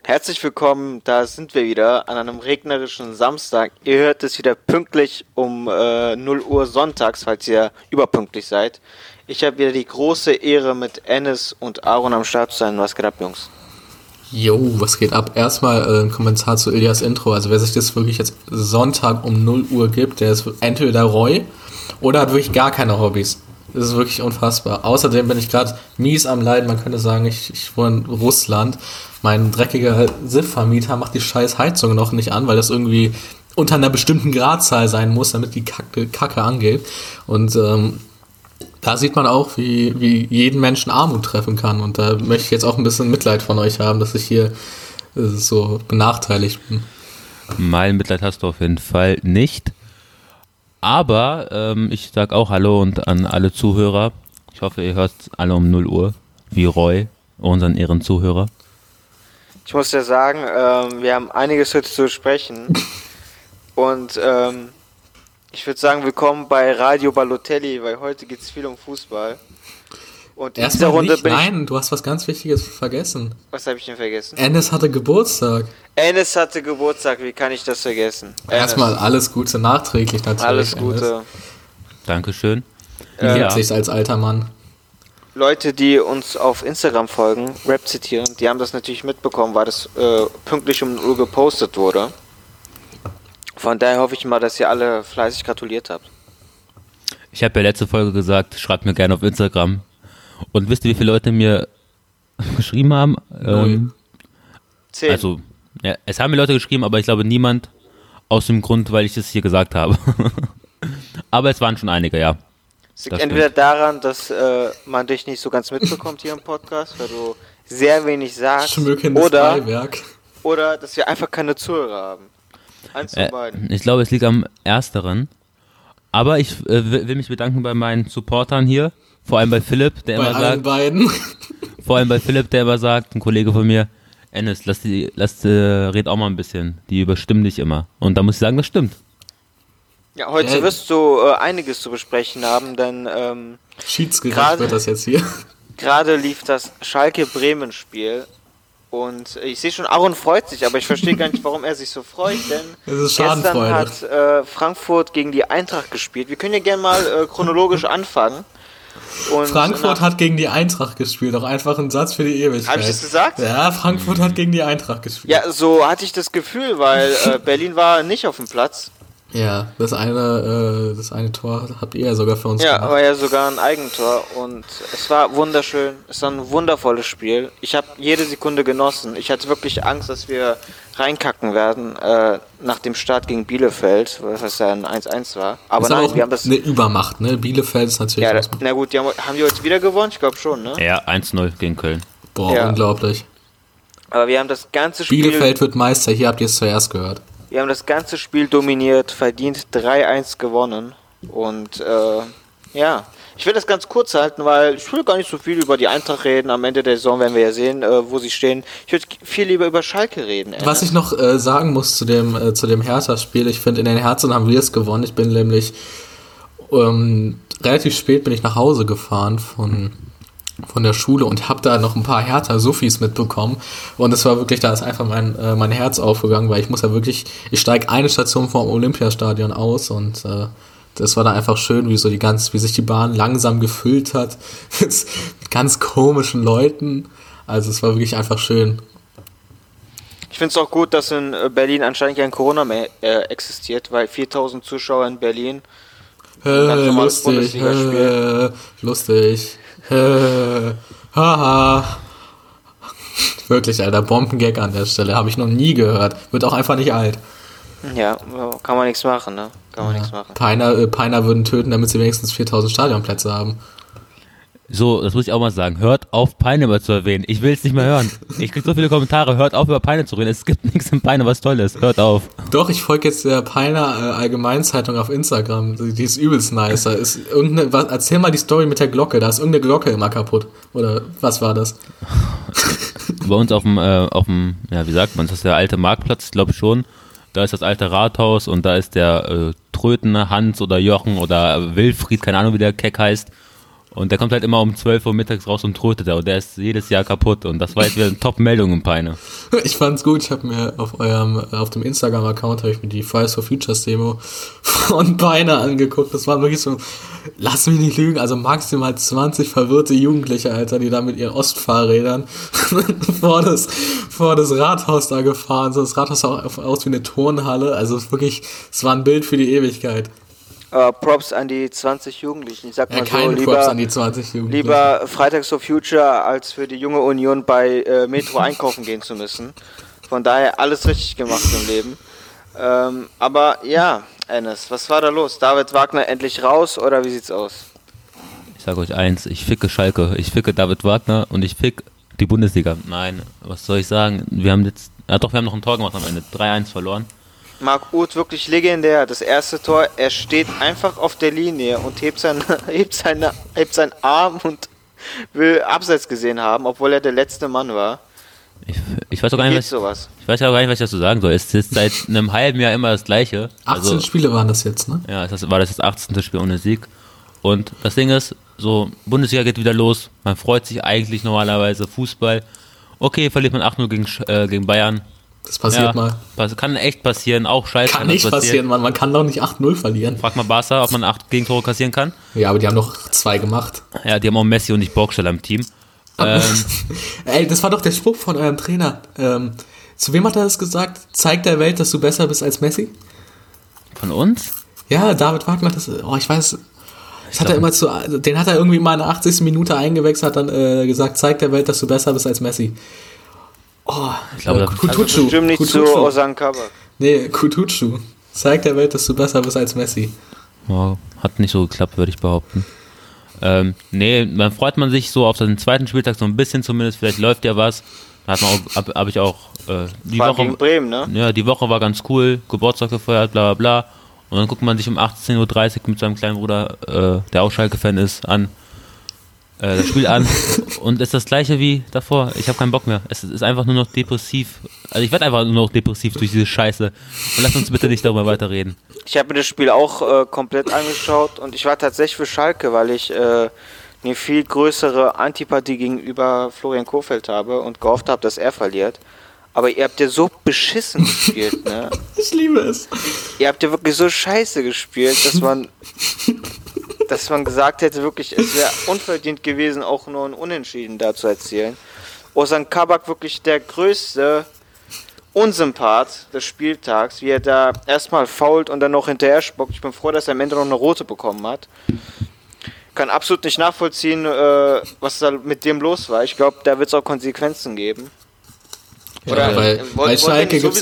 Herzlich willkommen, da sind wir wieder an einem regnerischen Samstag. Ihr hört es wieder pünktlich um 0 Uhr sonntags, falls ihr überpünktlich seid. Ich habe wieder die große Ehre, mit Enes und Aaron am Start zu sein. Was geht ab, Jungs? Jo, was geht ab? Erstmal ein Kommentar zu Ilias Intro. Also wer sich das wirklich jetzt Sonntag um 0 Uhr gibt, der ist entweder Roy oder hat wirklich gar keine Hobbys. Das ist wirklich unfassbar. Außerdem bin ich gerade mies am Leiden. Man könnte sagen, ich wohne in Russland. Mein dreckiger SIF-Vermieter macht die scheiß Heizung noch nicht an, weil das irgendwie unter einer bestimmten Gradzahl sein muss, damit die Kacke angeht. Und da sieht man auch, wie jeden Menschen Armut treffen kann. Und da möchte ich jetzt auch ein bisschen Mitleid von euch haben, dass ich hier so benachteiligt bin. Mein Mitleid hast du auf jeden Fall nicht. Aber ich sag auch Hallo und an alle Zuhörer. Ich hoffe, ihr hört alle um 0 Uhr, wie Roy, unseren Ehrenzuhörer. Ich muss ja sagen, wir haben einiges heute zu besprechen. Und ich würde sagen, willkommen bei Radio Balotelli, weil heute geht es viel um Fußball. Und in dieser Runde Nein, du hast was ganz Wichtiges vergessen. Was habe ich denn vergessen? Enes hatte Geburtstag. Enes hatte Geburtstag, wie kann ich das vergessen? Erstmal alles Gute nachträglich natürlich. Alles Gute. Enes. Dankeschön. Wie lebt sich's als alter Mann? Leute, die uns auf Instagram folgen, Rap zitieren, die haben das natürlich mitbekommen, weil das pünktlich um 0 Uhr gepostet wurde. Von daher hoffe ich mal, dass ihr alle fleißig gratuliert habt. Ich habe ja letzte Folge gesagt, schreibt mir gerne auf Instagram. Und wisst ihr, wie viele Leute mir geschrieben haben? 10. Also, ja, es haben mir Leute geschrieben, aber ich glaube niemand aus dem Grund, weil ich es hier gesagt habe. Aber es waren schon einige, ja. Es liegt entweder daran, dass man dich nicht so ganz mitbekommt hier im Podcast, weil du sehr wenig sagst, oder dass wir einfach keine Zuhörer haben. Eins von beiden. Ich glaube, es liegt am Ersteren. Aber ich will mich bedanken bei meinen Supportern hier. Vor allem bei Philipp, der immer sagt. Vor allem bei Philipp, der immer sagt, ein Kollege von mir, Enes, red auch mal ein bisschen. Die überstimmen dich immer. Und da muss ich sagen, das stimmt. Ja, heute wirst du einiges zu besprechen haben, denn Schiedsgericht wird das jetzt hier. Gerade lief das Schalke-Bremen-Spiel. Und ich sehe schon, Aaron freut sich, aber ich verstehe gar nicht, warum er sich so freut, denn gestern hat Frankfurt gegen die Eintracht gespielt. Wir können ja gerne mal chronologisch anfangen. Und Frankfurt hat gegen die Eintracht gespielt, auch einfach ein Satz für die Ewigkeit. Habe ich das gesagt? Ja, Frankfurt hat gegen die Eintracht gespielt. Ja, so hatte ich das Gefühl, weil Berlin war nicht auf dem Platz. Ja, das eine Tor habt ihr ja sogar für uns gemacht. Ja, war ja sogar ein Eigentor und es war wunderschön. Es war ein wundervolles Spiel. Ich habe jede Sekunde genossen. Ich hatte wirklich Angst, dass wir reinkacken werden nach dem Start gegen Bielefeld, was ja ein 1-1 war. Aber das nein, ist wir haben das... eine Übermacht, ne? Bielefeld ist natürlich... Ja, na gut, haben die heute wieder gewonnen? Ich glaube schon, ne? Ja, 1-0 gegen Köln. Boah, ja. Unglaublich. Aber wir haben das ganze Spiel... Bielefeld wird Meister, hier habt ihr es zuerst gehört. Wir haben das ganze Spiel dominiert, verdient 3-1 gewonnen und ja, ich will das ganz kurz halten, weil ich will gar nicht so viel über die Eintracht reden. Am Ende der Saison werden wir ja sehen, wo sie stehen. Ich würde viel lieber über Schalke reden. Was ich noch sagen muss zu dem Hertha-Spiel, ich finde, in den Herzen haben wir es gewonnen. Ich bin nämlich relativ spät bin ich nach Hause gefahren von der Schule und habe da noch ein paar Hertha-Suffis mitbekommen und es war wirklich, da ist einfach mein Herz aufgegangen, weil ich steige eine Station vom Olympiastadion aus und das war da einfach schön, wie sich die Bahn langsam gefüllt hat mit ganz komischen Leuten, also es war wirklich einfach schön. Ich finde es auch gut, dass in Berlin anscheinend kein Corona mehr existiert, weil 4000 Zuschauer in Berlin lustig. Haha. Wirklich, Alter, Bombengag an der Stelle. Habe ich noch nie gehört. Wird auch einfach nicht alt. Ja, kann man nichts machen, ne? Peiner würden töten, damit sie wenigstens 4000 Stadionplätze haben. So, das muss ich auch mal sagen. Hört auf, Peine immer zu erwähnen. Ich will es nicht mehr hören. Ich krieg so viele Kommentare. Hört auf, über Peine zu reden. Es gibt nichts in Peine, was toll ist. Hört auf. Doch, ich folge jetzt der Peiner Allgemeinzeitung auf Instagram. Die ist übelst nice. Da ist erzähl mal die Story mit der Glocke. Da ist irgendeine Glocke immer kaputt. Oder was war das? Bei uns auf dem, ja, wie sagt man, das ist der alte Marktplatz, ich glaube schon. Da ist das alte Rathaus und da ist der Tröten, Hans oder Jochen oder Wilfried, keine Ahnung, wie der Keck heißt. Und der kommt halt immer um 12 Uhr mittags raus und trötet er. Und der ist jedes Jahr kaputt. Und das war jetzt wieder eine Top-Meldung im Peine. Ich fand's gut. Ich habe mir auf dem Instagram-Account habe ich mir die Fridays for Futures Demo von Peine angeguckt. Das war wirklich so, lass mich nicht lügen, also maximal 20 verwirrte Jugendliche, Alter, die da mit ihren Ostfahrrädern vor das Rathaus da gefahren sind. Das Rathaus sah aus wie eine Turnhalle. Also wirklich, es war ein Bild für die Ewigkeit. Props an die 20 Jugendlichen. Ich sag mal so, Props an die 20 Jugendlichen. Lieber Fridays for Future, als für die junge Union bei Metro einkaufen gehen zu müssen. Von daher alles richtig gemacht im Leben. Aber ja, Enes, was war da los? David Wagner endlich raus oder wie sieht's aus? Ich sag euch eins, ich ficke Schalke, ich ficke David Wagner und ich fick die Bundesliga. Nein, was soll ich sagen? Wir haben noch ein Tor gemacht am Ende, 3-1 verloren. Marc Uth wirklich legendär. Das erste Tor, er steht einfach auf der Linie und hebt seinen Arm und will Abseits gesehen haben, obwohl er der letzte Mann war. Ich weiß auch gar nicht, was ich dazu sagen soll. Es ist seit einem halben Jahr immer das Gleiche. 18 Spiele waren das jetzt, ne? Ja, das 18. Spiel ohne Sieg. Und das Ding ist, so, Bundesliga geht wieder los. Man freut sich eigentlich normalerweise. Fußball. Okay, verliert man 8-0 gegen Bayern. Das passiert mal. Kann echt passieren, auch Scheiße. Kann nicht passieren, man kann doch nicht 8-0 verlieren. Frag mal Barca, ob man 8 Gegentore kassieren kann. Ja, aber die haben noch 2 gemacht. Ja, die haben auch Messi und nicht Borgstell am Team. Ey, das war doch der Spruch von eurem Trainer. Zu wem hat er das gesagt? Zeig der Welt, dass du besser bist als Messi? Von uns? Ja, David Wagner hat das, ich weiß, den hat er irgendwie mal in der 80. Minute eingewechselt, hat dann gesagt, zeig der Welt, dass du besser bist als Messi. Oh, ich glaube, Kutucu. Bestimmt nicht zu Ozan Kabak. Nee, Kutucu. Zeig der Welt, dass du besser bist als Messi. Oh, hat nicht so geklappt, würde ich behaupten. Nee, dann freut man sich so auf den zweiten Spieltag so ein bisschen zumindest, vielleicht läuft ja was. Da habe ich auch die Woche gegen Bremen, ne? Ja, die Woche war ganz cool, Geburtstag gefeiert, bla bla bla. Und dann guckt man sich um 18:30 Uhr mit seinem kleinen Bruder, der auch Schalke-Fan ist, das Spiel an und ist das gleiche wie davor. Ich habe keinen Bock mehr. Es ist einfach nur noch depressiv. Also ich werde einfach nur noch depressiv durch diese Scheiße. Und lass uns bitte nicht darüber weiterreden. Ich habe mir das Spiel auch komplett angeschaut und ich war tatsächlich für Schalke, weil ich eine viel größere Antipathie gegenüber Florian Kohfeldt habe und gehofft habe, dass er verliert. Aber ihr habt ja so beschissen gespielt, ne? Ich liebe es. Ihr habt ja wirklich so scheiße gespielt, dass man gesagt hätte, wirklich, es wäre unverdient gewesen, auch nur ein Unentschieden da zu erzielen. Ozan Kabak wirklich der größte Unsympath des Spieltags, wie er da erstmal fault und dann noch hinterher spuckt. Ich bin froh, dass er am Ende noch eine rote bekommen hat. Kann absolut nicht nachvollziehen, was da mit dem los war. Ich glaube, da wird es auch Konsequenzen geben. Oder bei Schalke gibt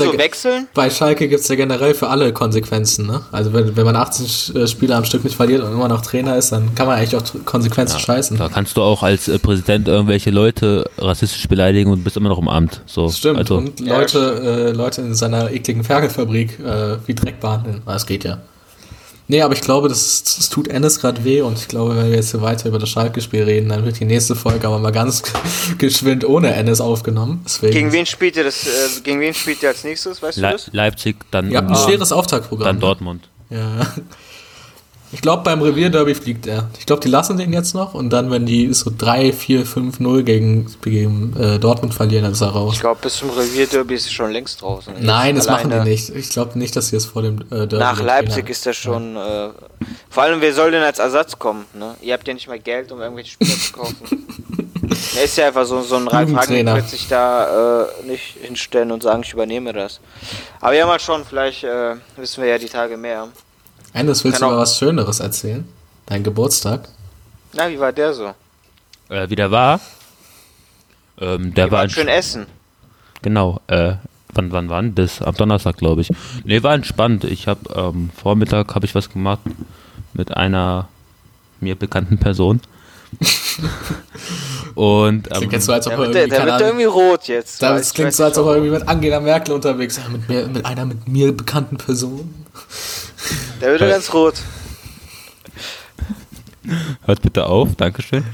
es ja generell für alle Konsequenzen, ne? Also wenn man 18 Spiele am Stück nicht verliert und immer noch Trainer ist, dann kann man eigentlich auch Konsequenzen scheißen. Da kannst du auch als Präsident irgendwelche Leute rassistisch beleidigen und bist immer noch im Amt. So. Das stimmt, also, und Leute in seiner ekligen Ferkelfabrik wie Dreck behandeln. Das geht ja. Nee, aber ich glaube, das tut Enes gerade weh und ich glaube, wenn wir jetzt hier weiter über das Schalke-Spiel reden, dann wird die nächste Folge aber mal ganz geschwind ohne Enes aufgenommen. Deswegen gegen wen spielt ihr als nächstes, weißt du das? Leipzig, dann ihr habt ein schweres Auftaktprogramm. Dann Dortmund. Ja. Ich glaube, beim Revierderby fliegt er. Ich glaube, die lassen den jetzt noch und dann, wenn die so 3-4-5-0 gegen Dortmund verlieren, dann ist er raus. Ich glaube, bis zum Revierderby ist er schon längst draußen. Nein, das machen die nicht. Ich glaube nicht, dass sie es vor dem Derby... Nach Leipzig ist er schon... vor allem, wer soll denn als Ersatz kommen? Ne? Ihr habt ja nicht mal Geld, um irgendwelche Spieler zu kaufen. Er ist ja einfach so ein Ralf Rangnick, wird sich da nicht hinstellen und sagen, ich übernehme das. Aber ja, mal schauen, vielleicht wissen wir ja die Tage mehr. Eines, willst du mal was Schöneres erzählen? Dein Geburtstag? Na, wie war der so? Wie der war? Der war schön essen. Genau. Wann war denn das? Am Donnerstag, glaube ich. Nee, war entspannt. Ich habe Vormittag habe ich was gemacht mit einer mir bekannten Person. Und klingt jetzt so, als ob der wird irgendwie rot jetzt. Das klingt so, als ob er irgendwie mit Angela Merkel unterwegs ist. Mit einer mit mir bekannten Person. Der wird ganz rot. Hört bitte auf, Dankeschön.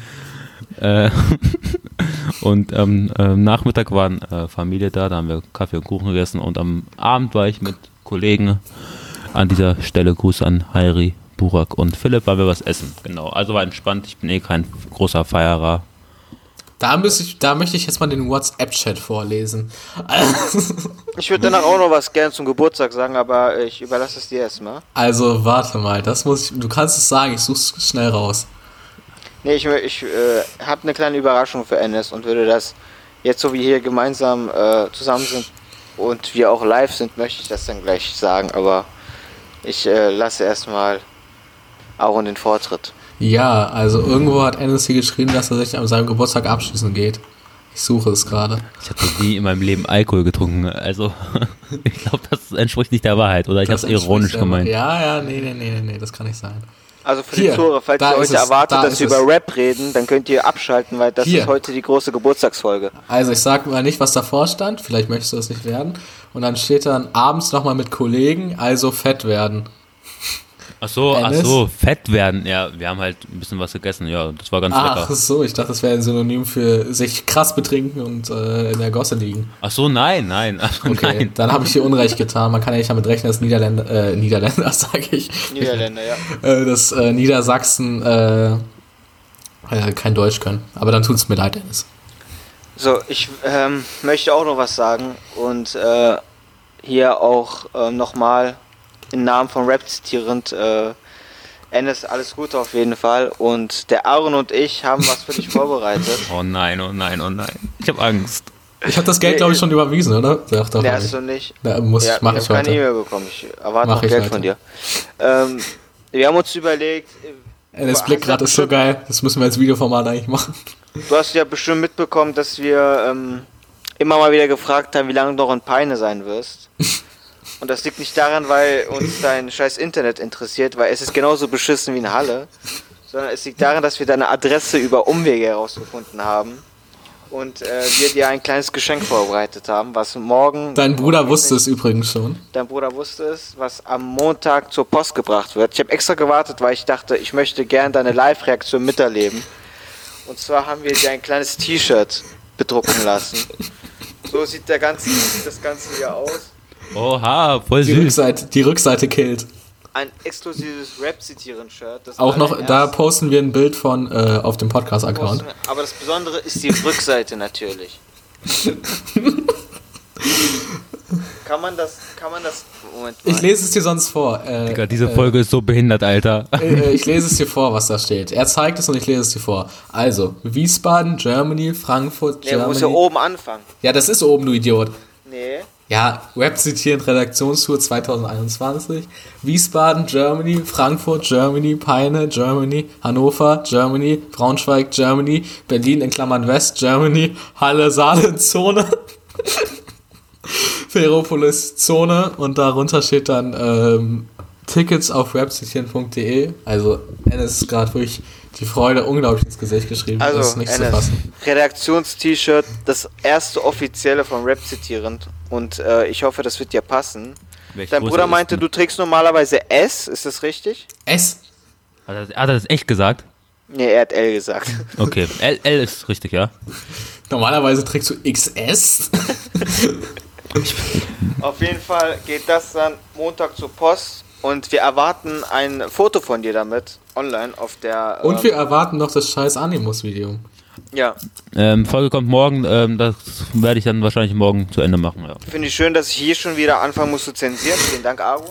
Und am Nachmittag waren Familie da haben wir Kaffee und Kuchen gegessen und am Abend war ich mit Kollegen an dieser Stelle Gruß an Heiri Burak und Philipp, weil wir was essen. Genau, also war entspannt. Ich bin kein großer Feierer. Da möchte ich jetzt mal den WhatsApp-Chat vorlesen. Ich würde danach auch noch was gerne zum Geburtstag sagen, aber ich überlasse es dir erstmal. Also, warte mal, du kannst es sagen, ich such's schnell raus. Nee, ich habe eine kleine Überraschung für Enes und würde das jetzt, so wie hier gemeinsam zusammen sind und wir auch live sind, möchte ich das dann gleich sagen, aber ich lasse erstmal Aaron den Vortritt. Ja, also irgendwo hat Enes hier geschrieben, dass er sich an seinem Geburtstag abschießen geht. Ich suche es gerade. Ich habe nie in meinem Leben Alkohol getrunken, also ich glaube, das entspricht nicht der Wahrheit, oder? Ich habe es ironisch gemeint. Ja, nee, das kann nicht sein. Also für die Zuhörer, falls ihr heute erwartet, dass wir über Rap reden, dann könnt ihr abschalten, weil das ist heute die große Geburtstagsfolge. Also ich sag mal nicht, was davor stand, vielleicht möchtest du das nicht werden. Und dann steht dann abends nochmal mit Kollegen, also fett werden. Ach so, fett werden. Ja, wir haben halt ein bisschen was gegessen. Ja, das war ganz lecker. Ach so, ich dachte, das wäre ein Synonym für sich krass betrinken und in der Gosse liegen. Ach so, nein. Okay, nein. Dann habe ich dir Unrecht getan. Man kann ja nicht damit rechnen, dass Niederländer, sage ich. Niederländer, ja. Dass Niedersachsen kein Deutsch können. Aber dann tut es mir leid, Dennis. So, ich möchte auch noch was sagen und hier auch nochmal im Namen von Rap zitierend, Enes, alles Gute auf jeden Fall. Und der Aaron und ich haben was für dich vorbereitet. Oh nein. Ich habe Angst. Ich habe das Geld, glaube ich, schon überwiesen, oder? Sag doch hast du nicht. Mach ich heute. Ich habe keine E-Mail bekommen. Ich erwarte noch Geld von dir. Wir haben uns überlegt... Das Blickgrad ist so geil. Das müssen wir als Videoformat eigentlich machen. Du hast ja bestimmt mitbekommen, dass wir immer mal wieder gefragt haben, wie lange du noch in Peine sein wirst. Und das liegt nicht daran, weil uns dein scheiß Internet interessiert, weil es ist genauso beschissen wie in Halle, sondern es liegt daran, dass wir deine Adresse über Umwege herausgefunden haben und wir dir ein kleines Geschenk vorbereitet haben, was morgen... Dein Bruder wusste es übrigens schon. Dein Bruder wusste es, was am Montag zur Post gebracht wird. Ich habe extra gewartet, weil ich dachte, ich möchte gern deine Live-Reaktion miterleben. Und zwar haben wir dir ein kleines T-Shirt bedrucken lassen. So sieht das Ganze hier aus. Oha, voll süß. Die Rückseite killt. Ein exklusives Rap-Zitieren-Shirt. Auch noch, da posten wir ein Bild von auf dem Podcast-Account. Aber das Besondere ist die Rückseite natürlich. Kann man das... Moment mal. Ich lese es dir sonst vor. Digga, diese Folge ist so behindert, Alter. Ich lese es dir vor, was da steht. Er zeigt es und ich lese es dir vor. Also, Wiesbaden, Germany, Frankfurt, Germany. Du musst ja oben anfangen. Ja, das ist oben, du Idiot. Nee. Ja, Rap zitieren, Redaktionstour 2021. Wiesbaden, Germany, Frankfurt, Germany, Peine, Germany, Hannover, Germany, Braunschweig, Germany, Berlin in Klammern West, Germany, Halle, Saale, Zone, Ferropolis, Zone und darunter steht dann Tickets auf rapzitieren.de. Also Enes ist gerade wirklich die Freude unglaublich ins Gesicht geschrieben. Also, das ist nicht zu fassen. Redaktions-T-Shirt, das erste offizielle von Rap zitierend. Und ich hoffe, das wird dir passen. Dein Bruder meinte, du trägst normalerweise S, ist das richtig? S? Hat er das echt gesagt? Nee, er hat L gesagt. Okay, L ist richtig, ja. Normalerweise trägst du XS. Auf jeden Fall geht das dann Montag zur Post. Und wir erwarten ein Foto von dir damit online auf der... Und wir erwarten noch das scheiß Animus-Video. Ja. Folge kommt morgen, das werde ich dann wahrscheinlich morgen zu Ende machen, ja. Finde ich schön, dass ich hier schon wieder anfangen muss zu zensieren. Vielen Dank, Aaron.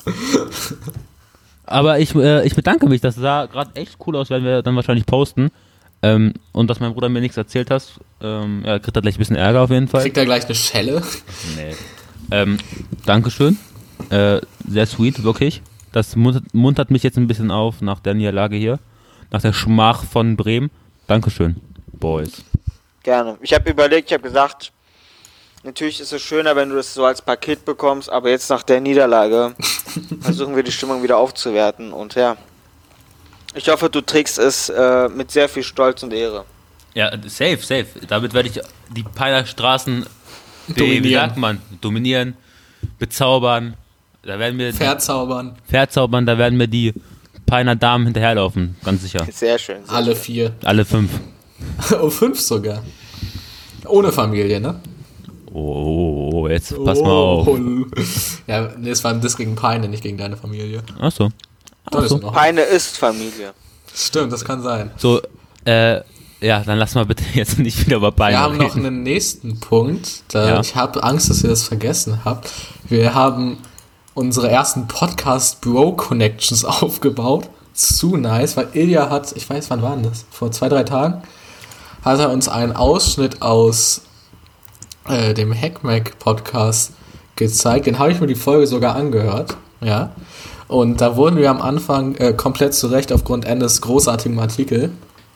Aber ich bedanke mich, das sah gerade echt cool aus, werden wir dann wahrscheinlich posten. Und dass mein Bruder mir nichts erzählt hat, kriegt er gleich ein bisschen Ärger auf jeden Fall. Kriegt er gleich eine Schelle? Nee. Dankeschön. Sehr sweet, wirklich. Das muntert mich jetzt ein bisschen auf nach der Niederlage hier. Nach der Schmach von Bremen. Dankeschön, Boys. Gerne. Ich habe überlegt, ich habe gesagt, natürlich ist es schöner, wenn du das so als Paket bekommst, aber jetzt nach der Niederlage versuchen wir die Stimmung wieder aufzuwerten. Und ja, ich hoffe, du trägst es mit sehr viel Stolz und Ehre. Ja, safe. Damit werde ich die Peiner Straßen dominieren, bezaubern. Da werden wir verzaubern, da werden mir die Peiner Damen hinterherlaufen, ganz sicher. Sehr schön. Alle 4. Alle 5. Oh, 5 sogar. Ohne Familie, ne? Oh, jetzt pass mal auf. Ja, nee, es war ein Diss gegen Peine, nicht gegen deine Familie. Ach so. So. Peine ist Familie. Stimmt, das kann sein. So, ja, dann lass mal bitte jetzt nicht wieder über Peine reden. Wir haben noch einen nächsten Punkt. Ich habe Angst, dass ihr das vergessen habt. Wir haben unsere ersten Podcast-Bro-Connections aufgebaut. Zu nice, weil Ilja hat, ich weiß, wann war das? Vor 2-3 Tagen hat er uns einen Ausschnitt aus dem Hackmack-Podcast gezeigt. Den habe ich mir die Folge sogar angehört. Ja. Und da wurden wir am Anfang komplett zurecht aufgrund eines großartigen Artikels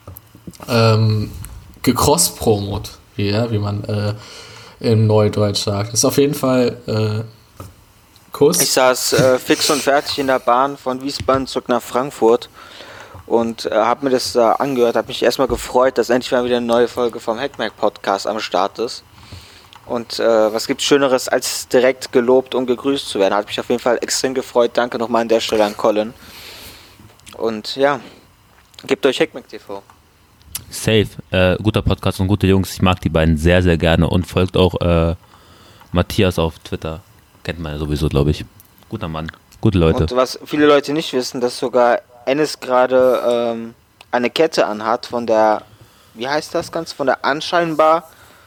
gecross-promot, wie man im Neudeutsch sagt. Das ist auf jeden Fall Kuss. Ich saß fix und fertig in der Bahn von Wiesbaden zurück nach Frankfurt und habe mir das da angehört, habe mich erstmal gefreut, dass endlich mal wieder eine neue Folge vom Hackmack-Podcast am Start ist. Und was gibt's Schöneres, als direkt gelobt und gegrüßt zu werden? Hat mich auf jeden Fall extrem gefreut. Danke nochmal an der Stelle an Colin. Und ja, gebt euch Hackmack TV. Safe. Guter Podcast und gute Jungs. Ich mag die beiden sehr, sehr gerne und folgt auch Matthias auf Twitter. Kennt man ja sowieso, glaube ich. Guter Mann. Gute Leute. Und was viele Leute nicht wissen, dass sogar Enes gerade eine Kette anhat von der, wie heißt das ganz? Von der Anscheinbar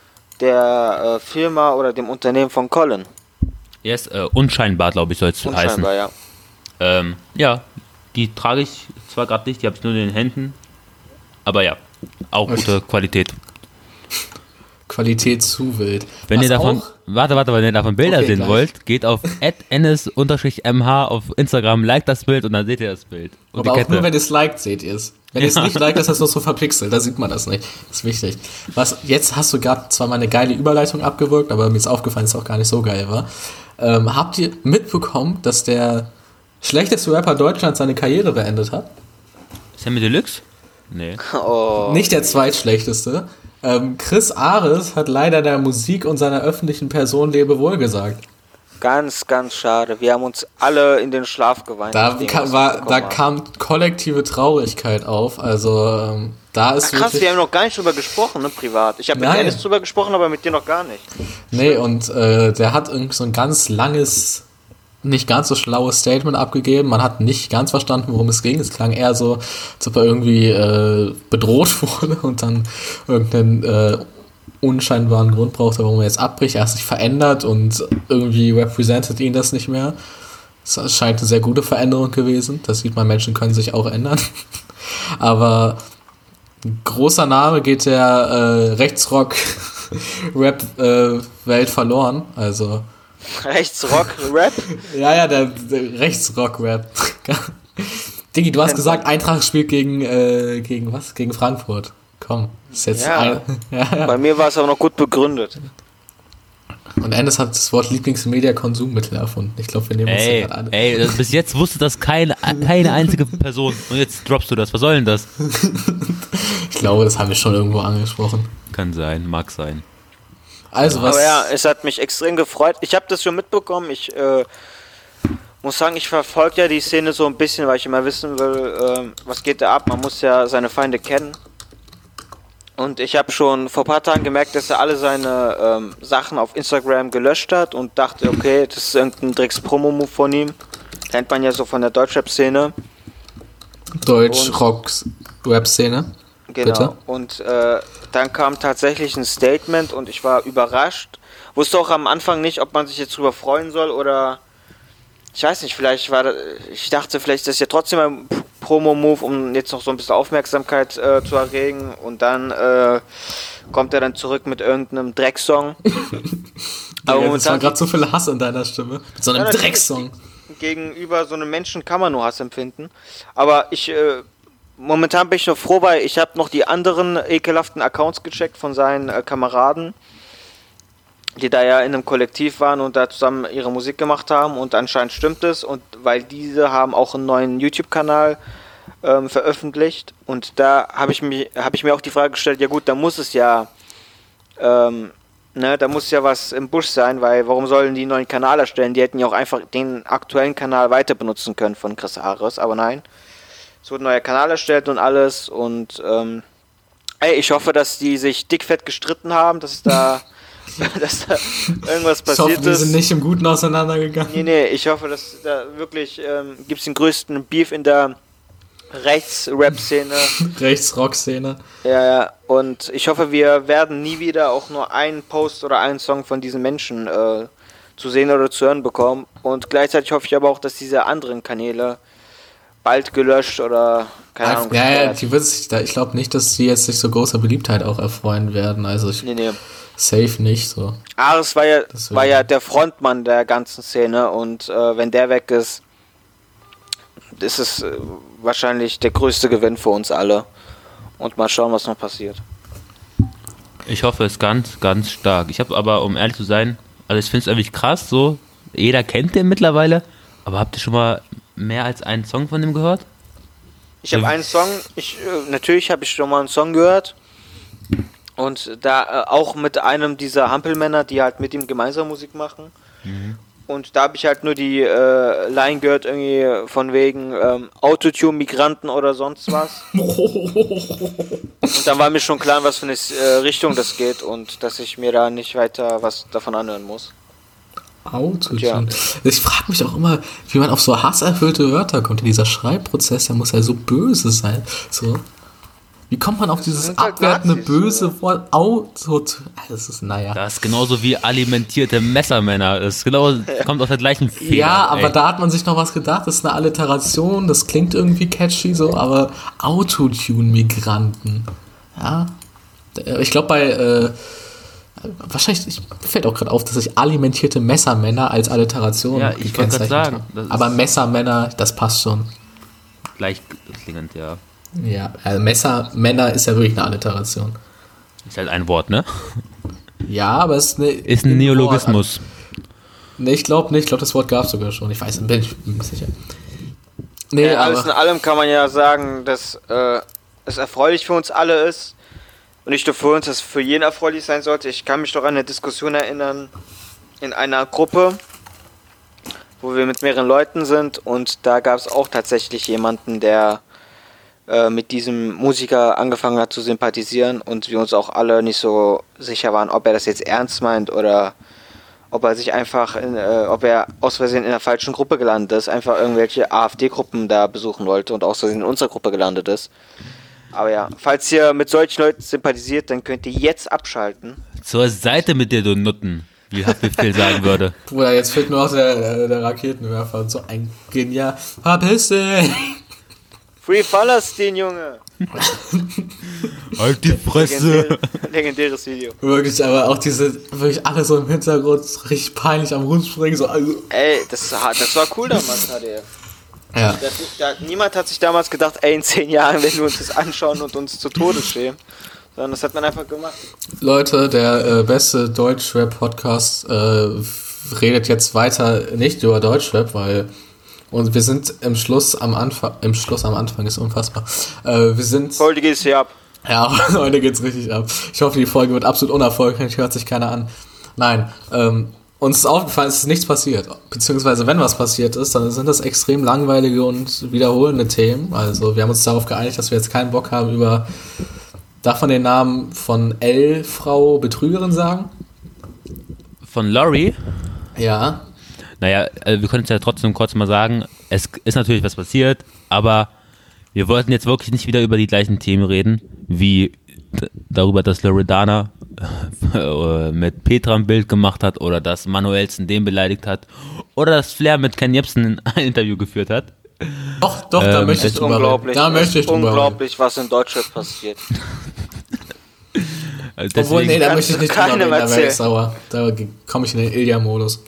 der Firma oder dem Unternehmen von Colin. Yes, unscheinbar, glaube ich, soll es heißen. Unscheinbar, ja. Ja, die trage ich zwar gerade nicht, die habe ich nur in den Händen, aber ja, auch gute Qualität. Qualität zu wild. Wenn ihr davon, wenn ihr davon Bilder sehen wollt, geht auf @ns_mh auf Instagram, liked das Bild und dann seht ihr das Bild. Und aber auch nur, wenn ihr es liked, seht ihr es. Wenn ihr es nicht liked, ist das noch so verpixelt, da sieht man das nicht. Das ist wichtig. Jetzt hast du gerade zwar mal eine geile Überleitung abgewirkt, aber mir ist aufgefallen, dass es auch gar nicht so geil war. Habt ihr mitbekommen, dass der schlechteste Rapper Deutschlands seine Karriere beendet hat? Sammy Deluxe? Nee. Oh. Nicht der zweitschlechteste. Chris Ares hat leider der Musik und seiner öffentlichen Person Lebewohl gesagt. Ganz, ganz schade. Wir haben uns alle in den Schlaf geweint. Da kam kollektive Traurigkeit auf. Also da ist krass, wir haben noch gar nicht drüber gesprochen, ne, privat. Ich habe mit Dennis drüber gesprochen, aber mit dir noch gar nicht. Nee, und der hat irgendwie so ein ganz langes, nicht ganz so schlaues Statement abgegeben. Man hat nicht ganz verstanden, worum es ging. Es klang eher so, als ob er irgendwie bedroht wurde und dann irgendeinen unscheinbaren Grund brauchte, warum er jetzt abbricht. Er hat sich verändert und irgendwie representet ihn das nicht mehr. Es scheint eine sehr gute Veränderung gewesen. Das sieht man, Menschen können sich auch ändern. Aber ein großer Name geht der Rechtsrock-Rap-Welt verloren. Also Rechtsrock-Rap? Ja, der Rechtsrock-Rap. Diggi, du hast gesagt, Eintracht spielt gegen was? Gegen Frankfurt. Komm, ist jetzt ja. Bei mir war es aber noch gut begründet. Und Endes hat das Wort Lieblingsmedia-Konsummittel erfunden. Ich glaube, wir nehmen uns das gerade an. Bis jetzt wusste das keine einzige Person. Und jetzt droppst du das. Was soll denn das? Ich glaube, das haben wir schon irgendwo angesprochen. Kann sein, mag sein. Also was? Aber ja, es hat mich extrem gefreut. Ich habe das schon mitbekommen. Ich muss sagen, ich verfolge ja die Szene so ein bisschen, weil ich immer wissen will, was geht da ab. Man muss ja seine Feinde kennen. Und ich habe schon vor ein paar Tagen gemerkt, dass er alle seine Sachen auf Instagram gelöscht hat und dachte, okay, das ist irgendein Drecks-Promo-Move von ihm. Kennt man ja so von der Deutschrap-Szene. Deutsch-Rock-Rap-Szene. Genau. Bitte? Und dann kam tatsächlich ein Statement und ich war überrascht. Wusste auch am Anfang nicht, ob man sich jetzt drüber freuen soll oder... Ich weiß nicht, ich dachte, vielleicht ist das ja trotzdem ein Promo-Move, um jetzt noch so ein bisschen Aufmerksamkeit zu erregen. Und dann kommt er dann zurück mit irgendeinem Drecksong. Aber es war gerade so viel Hass in deiner Stimme. Mit so einem Drecksong. Gegenüber so einem Menschen kann man nur Hass empfinden. Aber momentan bin ich noch froh, weil ich habe noch die anderen ekelhaften Accounts gecheckt von seinen Kameraden, die da ja in einem Kollektiv waren und da zusammen ihre Musik gemacht haben und anscheinend stimmt es und weil diese haben auch einen neuen YouTube-Kanal veröffentlicht und da habe ich mir auch die Frage gestellt, ja gut, da muss es ja da muss ja was im Busch sein, weil warum sollen die einen neuen Kanal erstellen? Die hätten ja auch einfach den aktuellen Kanal weiter benutzen können von Chris Ares, aber nein, es wurde ein neuer Kanal erstellt und alles und ich hoffe, dass die sich dickfett gestritten haben, dass es da dass da irgendwas passiert ist. Ich hoffe, wir sind nicht im Guten auseinandergegangen. Nee, ich hoffe, dass da wirklich gibt es den größten Beef in der Rechts-Rap-Szene. Rechts-Rock-Szene. Ja, und ich hoffe, wir werden nie wieder auch nur einen Post oder einen Song von diesen Menschen zu sehen oder zu hören bekommen. Und gleichzeitig hoffe ich aber auch, dass diese anderen Kanäle bald gelöscht oder keine Ahnung. Ja, die wird sich da, ich glaube nicht, dass sie jetzt sich so großer Beliebtheit auch erfreuen werden. Also nee. Safe nicht so. Ares war ja der Frontmann der ganzen Szene und wenn der weg ist, ist es wahrscheinlich der größte Gewinn für uns alle. Und mal schauen, was noch passiert. Ich hoffe es ganz, ganz stark. Ich habe aber, um ehrlich zu sein, also ich finde es eigentlich krass, so, jeder kennt den mittlerweile, aber habt ihr schon mal mehr als einen Song von dem gehört? Ich habe einen Song, natürlich habe ich schon mal einen Song gehört und da auch mit einem dieser Hampelmänner, die halt mit ihm gemeinsam Musik machen. Mhm. Und da habe ich halt nur die Line gehört, irgendwie von wegen Autotune-Migranten oder sonst was. Und dann war mir schon klar, in was für eine Richtung das geht und dass ich mir da nicht weiter was davon anhören muss. Autotune. Ja. Ich frage mich auch immer, wie man auf so hasserfüllte Wörter kommt. Dieser Schreibprozess, der muss ja so böse sein. So. Wie kommt man auf dieses halt abwertende, Nazis, böse Wort Autotune? Das ist, naja. Das ist genauso wie alimentierte Messermänner. Das ist genau, kommt aus der gleichen Feder. Ja, aber da hat man sich noch was gedacht. Das ist eine Alliteration, das klingt irgendwie catchy so, aber Autotune-Migranten. Ja. Ich glaube bei wahrscheinlich, mir fällt auch gerade auf, dass ich alimentierte Messermänner als Alliteration ich wollte gerade sagen. Aber Messermänner, das passt schon. Gleich klingend, ja. Ja, also Messermänner ist ja wirklich eine Alliteration. Ist halt ein Wort, ne? Ja, aber es ist ein Neologismus. Ne, ich glaube nicht. Ich glaube, das Wort gab es sogar schon. Ich weiß, bin ich mir sicher. Nee, alles in allem kann man ja sagen, dass es erfreulich für uns alle ist. Und nicht nur für uns, dass es für jeden erfreulich sein sollte. Ich kann mich doch an eine Diskussion erinnern in einer Gruppe, wo wir mit mehreren Leuten sind. Und da gab es auch tatsächlich jemanden, der mit diesem Musiker angefangen hat zu sympathisieren und wir uns auch alle nicht so sicher waren, ob er das jetzt ernst meint oder ob er sich einfach, ob er aus Versehen in der falschen Gruppe gelandet ist, einfach irgendwelche AfD-Gruppen da besuchen wollte und aus Versehen in unserer Gruppe gelandet ist. Aber ja, falls ihr mit solchen Leuten sympathisiert, dann könnt ihr jetzt abschalten. Zur Seite mit dir, du Nutten, wie Haftbefehl sagen würde. Bruder, jetzt fehlt nur noch der Raketenwerfer und so ein genial. Verpiss dich! Free Palestine, Junge! Halt die Fresse! Legendäres Video. Wirklich, aber auch wirklich alle so im Hintergrund richtig peinlich am Rumspringen. So, Ey, das war cool damals, HDF. Ja. Niemand hat sich damals gedacht, ey, in 10 Jahren werden wir uns das anschauen und uns zu Tode schämen. Sondern das hat man einfach gemacht. Leute, der beste Deutschrap-Podcast redet jetzt weiter nicht über Deutschrap, weil und wir sind im Schluss am Anfang ist unfassbar. Wir sind... Heute geht's hier ab. Ja, heute geht's richtig ab. Ich hoffe, die Folge wird absolut unerfolgreich, hört sich keiner an. Nein, uns ist aufgefallen, es ist nichts passiert. Beziehungsweise, wenn was passiert ist, dann sind das extrem langweilige und wiederholende Themen. Also, wir haben uns darauf geeinigt, dass wir jetzt keinen Bock haben, darf man den Namen von Frau Betrügerin sagen? Von Lori? Ja. Naja, wir können es ja trotzdem kurz mal sagen, es ist natürlich was passiert, aber wir wollten jetzt wirklich nicht wieder über die gleichen Themen reden, wie darüber, dass Loredana mit Petra ein Bild gemacht hat oder dass Manuelsen den beleidigt hat oder dass Flair mit Ken Jebsen ein Interview geführt hat. Doch, da möchte ich drüber reden. Da möchte ich drüber reden. Unglaublich, was in Deutschland passiert. Obwohl, nee, da möchte ich nicht drüber reden, da wäre ich sauer. Da komme ich in den Ilja-Modus.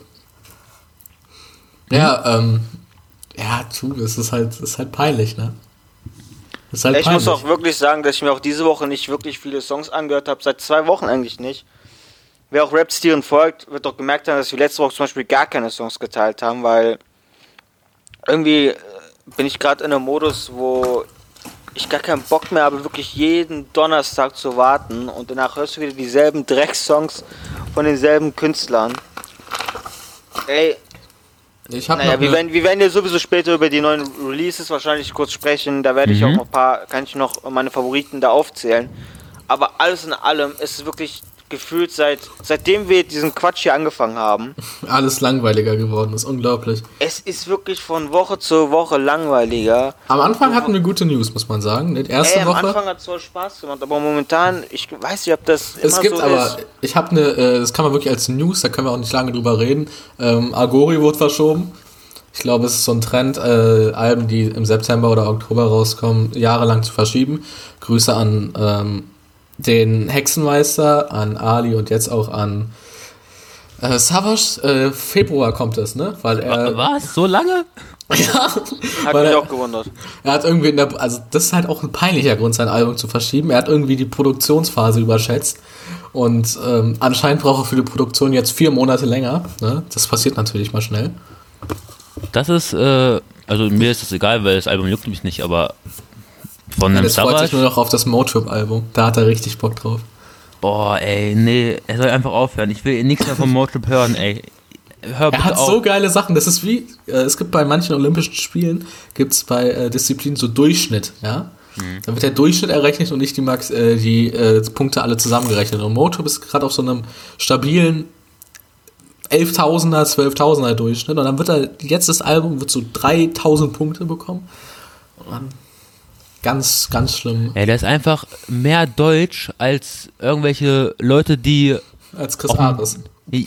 Ja, es ist halt peinlich, ne? Ich muss auch wirklich sagen, dass ich mir auch diese Woche nicht wirklich viele Songs angehört habe, seit 2 Wochen eigentlich nicht. Wer auch Rap-Stilen folgt, wird doch gemerkt haben, dass wir letzte Woche zum Beispiel gar keine Songs geteilt haben, weil irgendwie bin ich gerade in einem Modus, wo ich gar keinen Bock mehr habe, wirklich jeden Donnerstag zu warten und danach hörst du wieder dieselben Drecksongs von denselben Künstlern. Ey, wir werden ja sowieso später über die neuen Releases wahrscheinlich kurz sprechen, da werde ich auch kann ich noch meine Favoriten da aufzählen. Aber alles in allem ist es wirklich gefühlt seitdem wir diesen Quatsch hier angefangen haben. Alles langweiliger geworden, ist unglaublich. Es ist wirklich von Woche zu Woche langweiliger. Am Anfang hatten wir gute News, muss man sagen. Die erste Woche. Am Anfang hat es zwar Spaß gemacht, aber momentan, ich weiß nicht, ob das immer so ist. Es gibt aber, ich habe das kann man wirklich als News, da können wir auch nicht lange drüber reden. Agori wurde verschoben. Ich glaube, es ist so ein Trend, Alben, die im September oder Oktober rauskommen, jahrelang zu verschieben. Grüße an den Hexenmeister, an Ali und jetzt auch an Savage. Februar kommt es, ne? Weil er, was? So lange? Ja. Hat mich auch gewundert. Er hat irgendwie, also das ist halt auch ein peinlicher Grund, sein Album zu verschieben. Er hat irgendwie die Produktionsphase überschätzt. Und anscheinend braucht er für die Produktion jetzt 4 Monate länger. Ne? Das passiert natürlich mal schnell. Das ist, also mir ist das egal, weil das Album juckt mich nicht, aber von einem Savage... freut sich nur noch auf das Motrip-Album. Da hat er richtig Bock drauf. Boah, ey, nee, er soll einfach aufhören. Ich will nichts mehr vom Motrip hören, ey. Hör bitte er hat auf. so geile Sachen. Das ist wie, es gibt bei manchen Olympischen Spielen, gibt es bei Disziplinen so Durchschnitt, ja? Da wird der Durchschnitt errechnet und nicht die Punkte alle zusammengerechnet. Und Motrip ist gerade auf so einem stabilen 11.000er, 12.000er Durchschnitt. Und dann wird jetzt das Album wird so 3.000 Punkte bekommen. Und dann ganz, ganz schlimm. Ey, der ist einfach mehr deutsch als irgendwelche Leute, die... Als Chris Ares.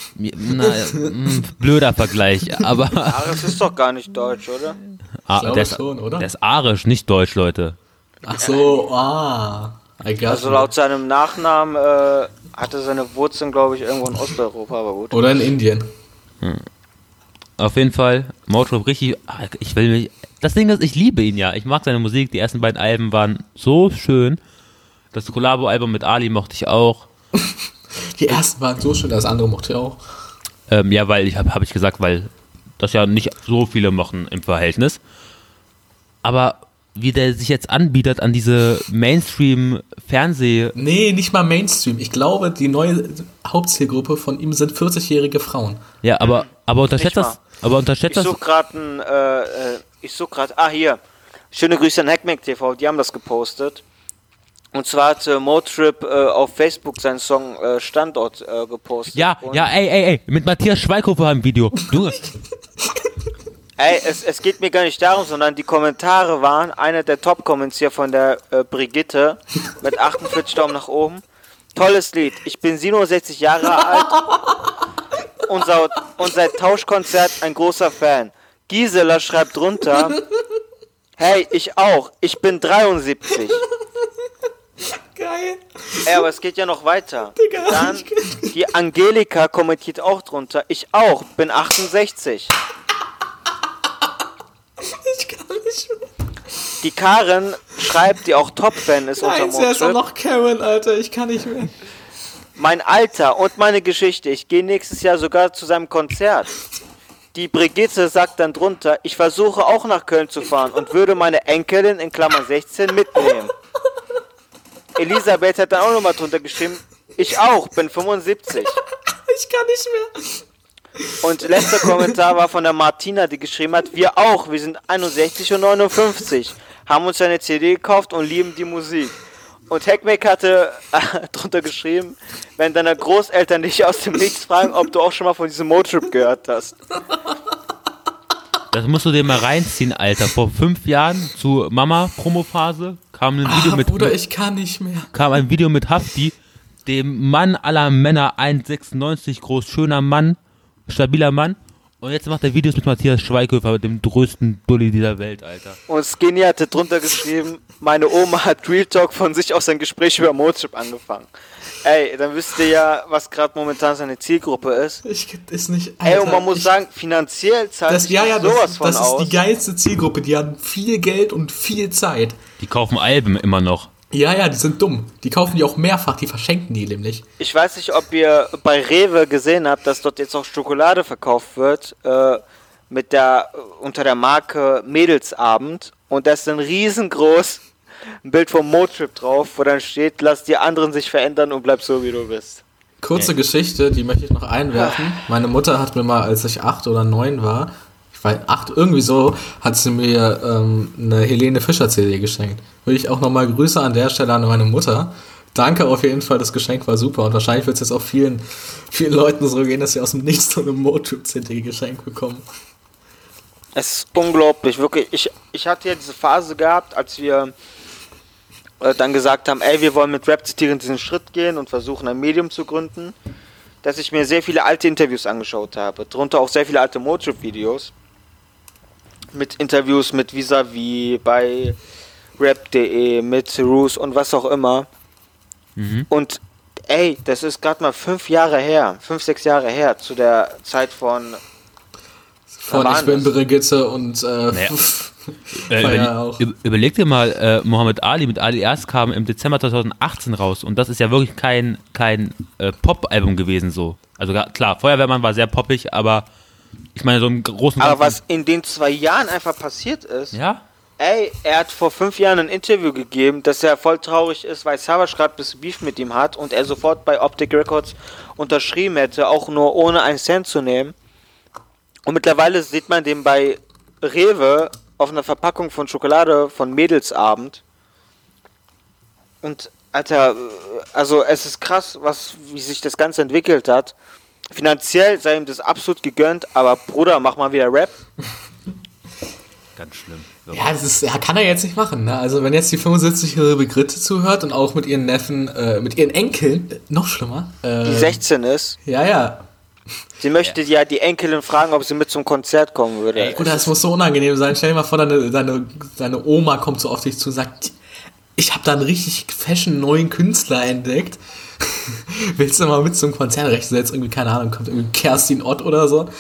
Blöder Vergleich, aber... Ares ist doch gar nicht deutsch, oder? Der ist schon, oder? Der ist arisch, nicht deutsch, Leute. Ach so, Also laut seinem Nachnamen hatte seine Wurzeln, glaube ich, irgendwo in Osteuropa, aber gut. Oder in Indien. Auf jeden Fall, Motrip richtig, das Ding ist, ich liebe ihn ja, ich mag seine Musik, die ersten beiden Alben waren so schön, das Collabo-Album mit Ali mochte ich auch. Die ersten waren so schön, das andere mochte ich auch. Ja, weil hab ich gesagt, weil das ja nicht so viele machen im Verhältnis, aber wie der sich jetzt anbietet an diese Mainstream-Fernseh... Nee, nicht mal Mainstream. Ich glaube, die neue Hauptzielgruppe von ihm sind 40-jährige Frauen. Ja, aber unterschätzt das... Ich such gerade... hier. Schöne Grüße an Hackmack TV, die haben das gepostet. Und zwar hat Motrip auf Facebook seinen Song Standort gepostet. Ey, mit Matthias Schweighofer im Video. Du... Ey, es geht mir gar nicht darum, sondern die Kommentare waren, einer der Top-Comments hier von der Brigitte mit 48 Daumen nach oben. Tolles Lied. Ich bin 67 Jahre alt und seit Tauschkonzert ein großer Fan. Gisela schreibt drunter, hey, ich auch. Ich bin 73. Geil. Ey, aber es geht ja noch weiter. Digga, dann die Angelika kommentiert auch drunter, ich auch, bin 68. Ich kann nicht mehr. Die Karen schreibt, die auch Top-Fan ist unter Motrip. Nein, ist auch noch Karen, Alter, ich kann nicht mehr. Mein Alter und meine Geschichte, ich gehe nächstes Jahr sogar zu seinem Konzert. Die Brigitte sagt dann drunter, ich versuche auch nach Köln zu fahren und würde meine Enkelin in Klammern 16 mitnehmen. Elisabeth hat dann auch nochmal drunter geschrieben, ich auch, bin 75. Ich kann nicht mehr. Und letzter Kommentar war von der Martina, die geschrieben hat, wir auch, wir sind 61 und 59, haben uns eine CD gekauft und lieben die Musik. Und Hackmack hatte drunter geschrieben, wenn deine Großeltern dich aus dem Nichts fragen, ob du auch schon mal von diesem Motrip gehört hast. Das musst du dir mal reinziehen, Alter. Vor 5 Jahren zur Mama-Promophase kam ein Video Bruder, ich kann nicht mehr. Kam ein Video mit Hafti, dem Mann aller Männer, 1,96 groß, schöner Mann, stabiler Mann. Und jetzt macht er Videos mit Matthias Schweighöfer, mit dem größten Bulli dieser Welt, Alter. Und Skinny hatte drunter geschrieben, meine Oma hat Real Talk von sich aus ein Gespräch über Motrip angefangen. Ey, dann wisst ihr ja, was gerade momentan seine Zielgruppe ist. Ist nicht, Alter, ey, und man muss sagen, finanziell zahlt sich sowas von aus. Das ist die geilste Zielgruppe, die haben viel Geld und viel Zeit. Die kaufen Alben immer noch. Ja, die sind dumm. Die kaufen die auch mehrfach, die verschenken die nämlich. Ich weiß nicht, ob ihr bei Rewe gesehen habt, dass dort jetzt auch Schokolade verkauft wird, unter der Marke Mädelsabend. Und da ist dann riesengroß ein Bild vom Motrip drauf, wo dann steht, lass die anderen sich verändern und bleib so, wie du bist. Kurze Geschichte, die möchte ich noch einwerfen. Meine Mutter hat mir mal, als ich 8 oder 9 war, ich war 8, irgendwie so, hat sie mir eine Helene Fischer CD geschenkt. Würde ich auch nochmal Grüße an der Stelle an meine Mutter. Danke auf jeden Fall, das Geschenk war super und wahrscheinlich wird es jetzt auch vielen Leuten so gehen, dass sie aus dem Nichts so eine Motrip-CD geschenkt bekommen. Es ist unglaublich, wirklich. Ich hatte ja diese Phase gehabt, als wir dann gesagt haben, wir wollen mit Rap-Zitieren diesen Schritt gehen und versuchen, ein Medium zu gründen, dass ich mir sehr viele alte Interviews angeschaut habe, darunter auch sehr viele alte Motrip-Videos, mit Interviews mit Vis-a-vis, bei Rap.de, mit Roos und was auch immer. Und das ist gerade mal 5, 6 Jahre her, zu der Zeit von Ich bin Brigitte und Überleg dir mal, Muhammad Ali mit Ali Erst kam im Dezember 2018 raus und das ist ja wirklich kein Pop-Album gewesen so. Also klar, Feuerwehrmann war sehr poppig, aber ich meine so im großen Aber was in den 2 Jahren einfach passiert ist, ja? Er hat vor 5 Jahren ein Interview gegeben, dass er voll traurig ist, weil Savage gerade bis Beef mit ihm hat und er sofort bei Optic Records unterschrieben hätte, auch nur ohne einen Cent zu nehmen. Und mittlerweile sieht man den bei Rewe auf einer Verpackung von Schokolade von Mädelsabend. Und Alter, also es ist krass, wie sich das Ganze entwickelt hat. Finanziell sei ihm das absolut gegönnt, aber Bruder, mach mal wieder Rap. Ganz schlimm. Ja, kann er jetzt nicht machen. Ne? Also wenn jetzt die 75-jährige Brigitte zuhört und auch mit ihren Neffen, mit ihren Enkeln, noch schlimmer. Die 16 ist. Ja. Sie möchte ja die Enkelin fragen, ob sie mit zum Konzert kommen würde. Ey, das muss so unangenehm sein. Stell dir mal vor, deine Oma kommt so auf dich zu und sagt, ich habe da einen richtig fashion neuen Künstler entdeckt. Willst du mal mit zum Konzert? Rechnen jetzt irgendwie, keine Ahnung, kommt irgendwie Kerstin Ott oder so.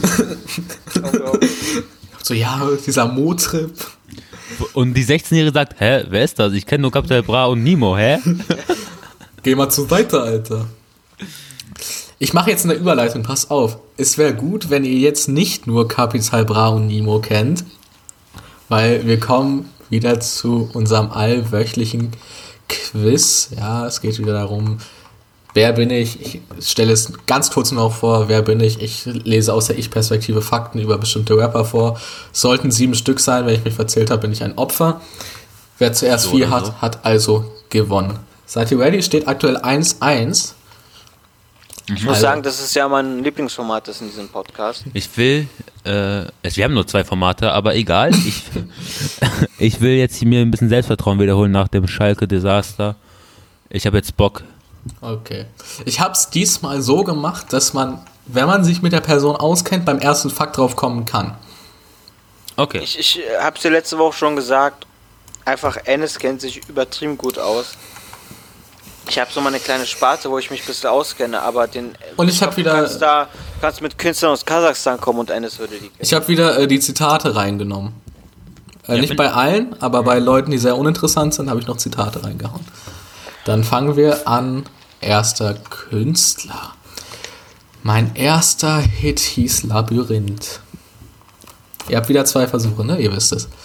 So, ja, dieser Motrip. Und die 16-Jährige sagt, wer ist das? Ich kenne nur Capital Bra und Nemo, Geh mal zur Seite, Alter. Ich mache jetzt eine Überleitung, pass auf. Es wäre gut, wenn ihr jetzt nicht nur Capital Bra und Nemo kennt, weil wir kommen wieder zu unserem allwöchlichen Quiz. Ja, es geht wieder darum, wer bin ich? Ich stelle es ganz kurz noch vor, wer bin ich? Ich lese aus der Ich-Perspektive Fakten über bestimmte Rapper vor. Sollten 7 Stück sein, wenn ich mich verzählt habe, bin ich ein Opfer. Wer zuerst 4 hat, hat also gewonnen. Seid ihr ready? Steht aktuell 1-1. Ich muss sagen, das ist ja mein Lieblingsformat in diesem Podcast. Wir haben nur 2 Formate, aber egal. Ich will jetzt mir ein bisschen Selbstvertrauen wiederholen nach dem Schalke-Desaster. Ich habe jetzt Bock. Okay. Ich habe es diesmal so gemacht, dass man, wenn man sich mit der Person auskennt, beim ersten Fakt drauf kommen kann. Okay. Ich habe es dir letzte Woche schon gesagt, einfach Enes kennt sich übertrieben gut aus. Ich habe so mal eine kleine Sparte, wo ich mich ein bisschen auskenne, aber und ich habe wieder... Kannst mit Künstlern aus Kasachstan kommen und Enes würde die kennen. Ich habe wieder die Zitate reingenommen. Nicht bei allen, aber bei Leuten, die sehr uninteressant sind, habe ich noch Zitate reingehauen. Dann fangen wir an. Erster Künstler. Mein erster Hit hieß Labyrinth. Ihr habt wieder 2 Versuche, ne? Ihr wisst es.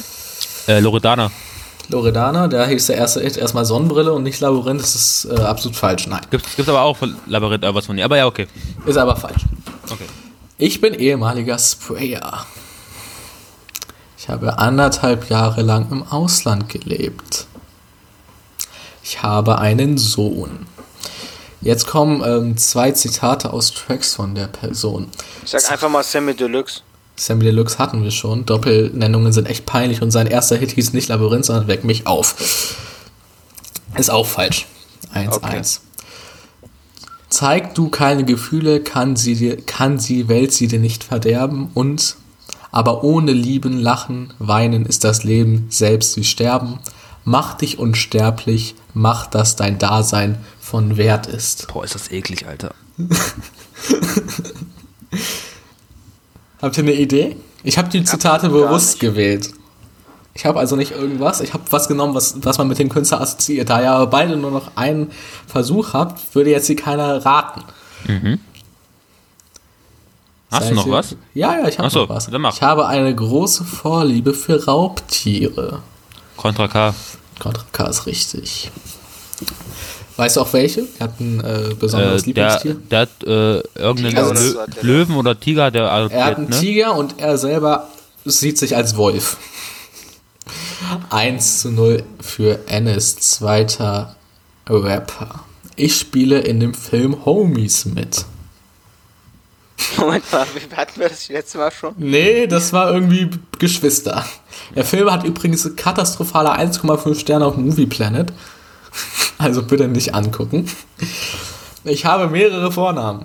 Loredana, da hieß der erste Hit erstmal Sonnenbrille und nicht Labyrinth. Das ist absolut falsch, nein. Gibt's aber auch von Labyrinth was von dir, aber ja, okay. Ist aber falsch. Okay. Ich bin ehemaliger Sprayer. Ich habe 1,5 Jahre lang im Ausland gelebt. Ich habe einen Sohn. Jetzt kommen 2 Zitate aus Tracks von der Person. Ich sag einfach mal Sammy Deluxe. Sammy Deluxe hatten wir schon. Doppelnennungen sind echt peinlich und sein erster Hit hieß nicht Labyrinth, sondern Weck mich auf. Ist auch falsch. 1-1. Okay. Zeig du keine Gefühle, kann die Welt sie dir nicht verderben und aber ohne Lieben, Lachen, Weinen ist das Leben selbst wie Sterben. Mach dich unsterblich, mach, dass dein Dasein von Wert ist. Boah, ist das eklig, Alter. Habt ihr eine Idee? Ich habe die Zitate bewusst gewählt. Ich habe also nicht irgendwas. Ich habe was genommen, was man mit dem Künstler assoziiert. Da ihr aber beide nur noch einen Versuch habt, würde jetzt hier keiner raten. Mhm. Hast du noch was? Ja, ich habe noch was. Ich habe eine große Vorliebe für Raubtiere. Contra K. Contra K ist richtig. Weißt du auch welche? Er hat ein besonderes Lieblingstier. Der hat irgendeinen Löwen oder Tiger, der adoptiert, er hat einen Tiger und er selber sieht sich als Wolf. 1-0 für Enes. Zweiter Rapper. Ich spiele in dem Film Homies mit. Moment mal, hatten wir das letzte Mal schon? Nee, das war irgendwie Geschwister. Der Film hat übrigens katastrophale 1,5 Sterne auf Movie Planet. Also bitte nicht angucken. Ich habe mehrere Vornamen.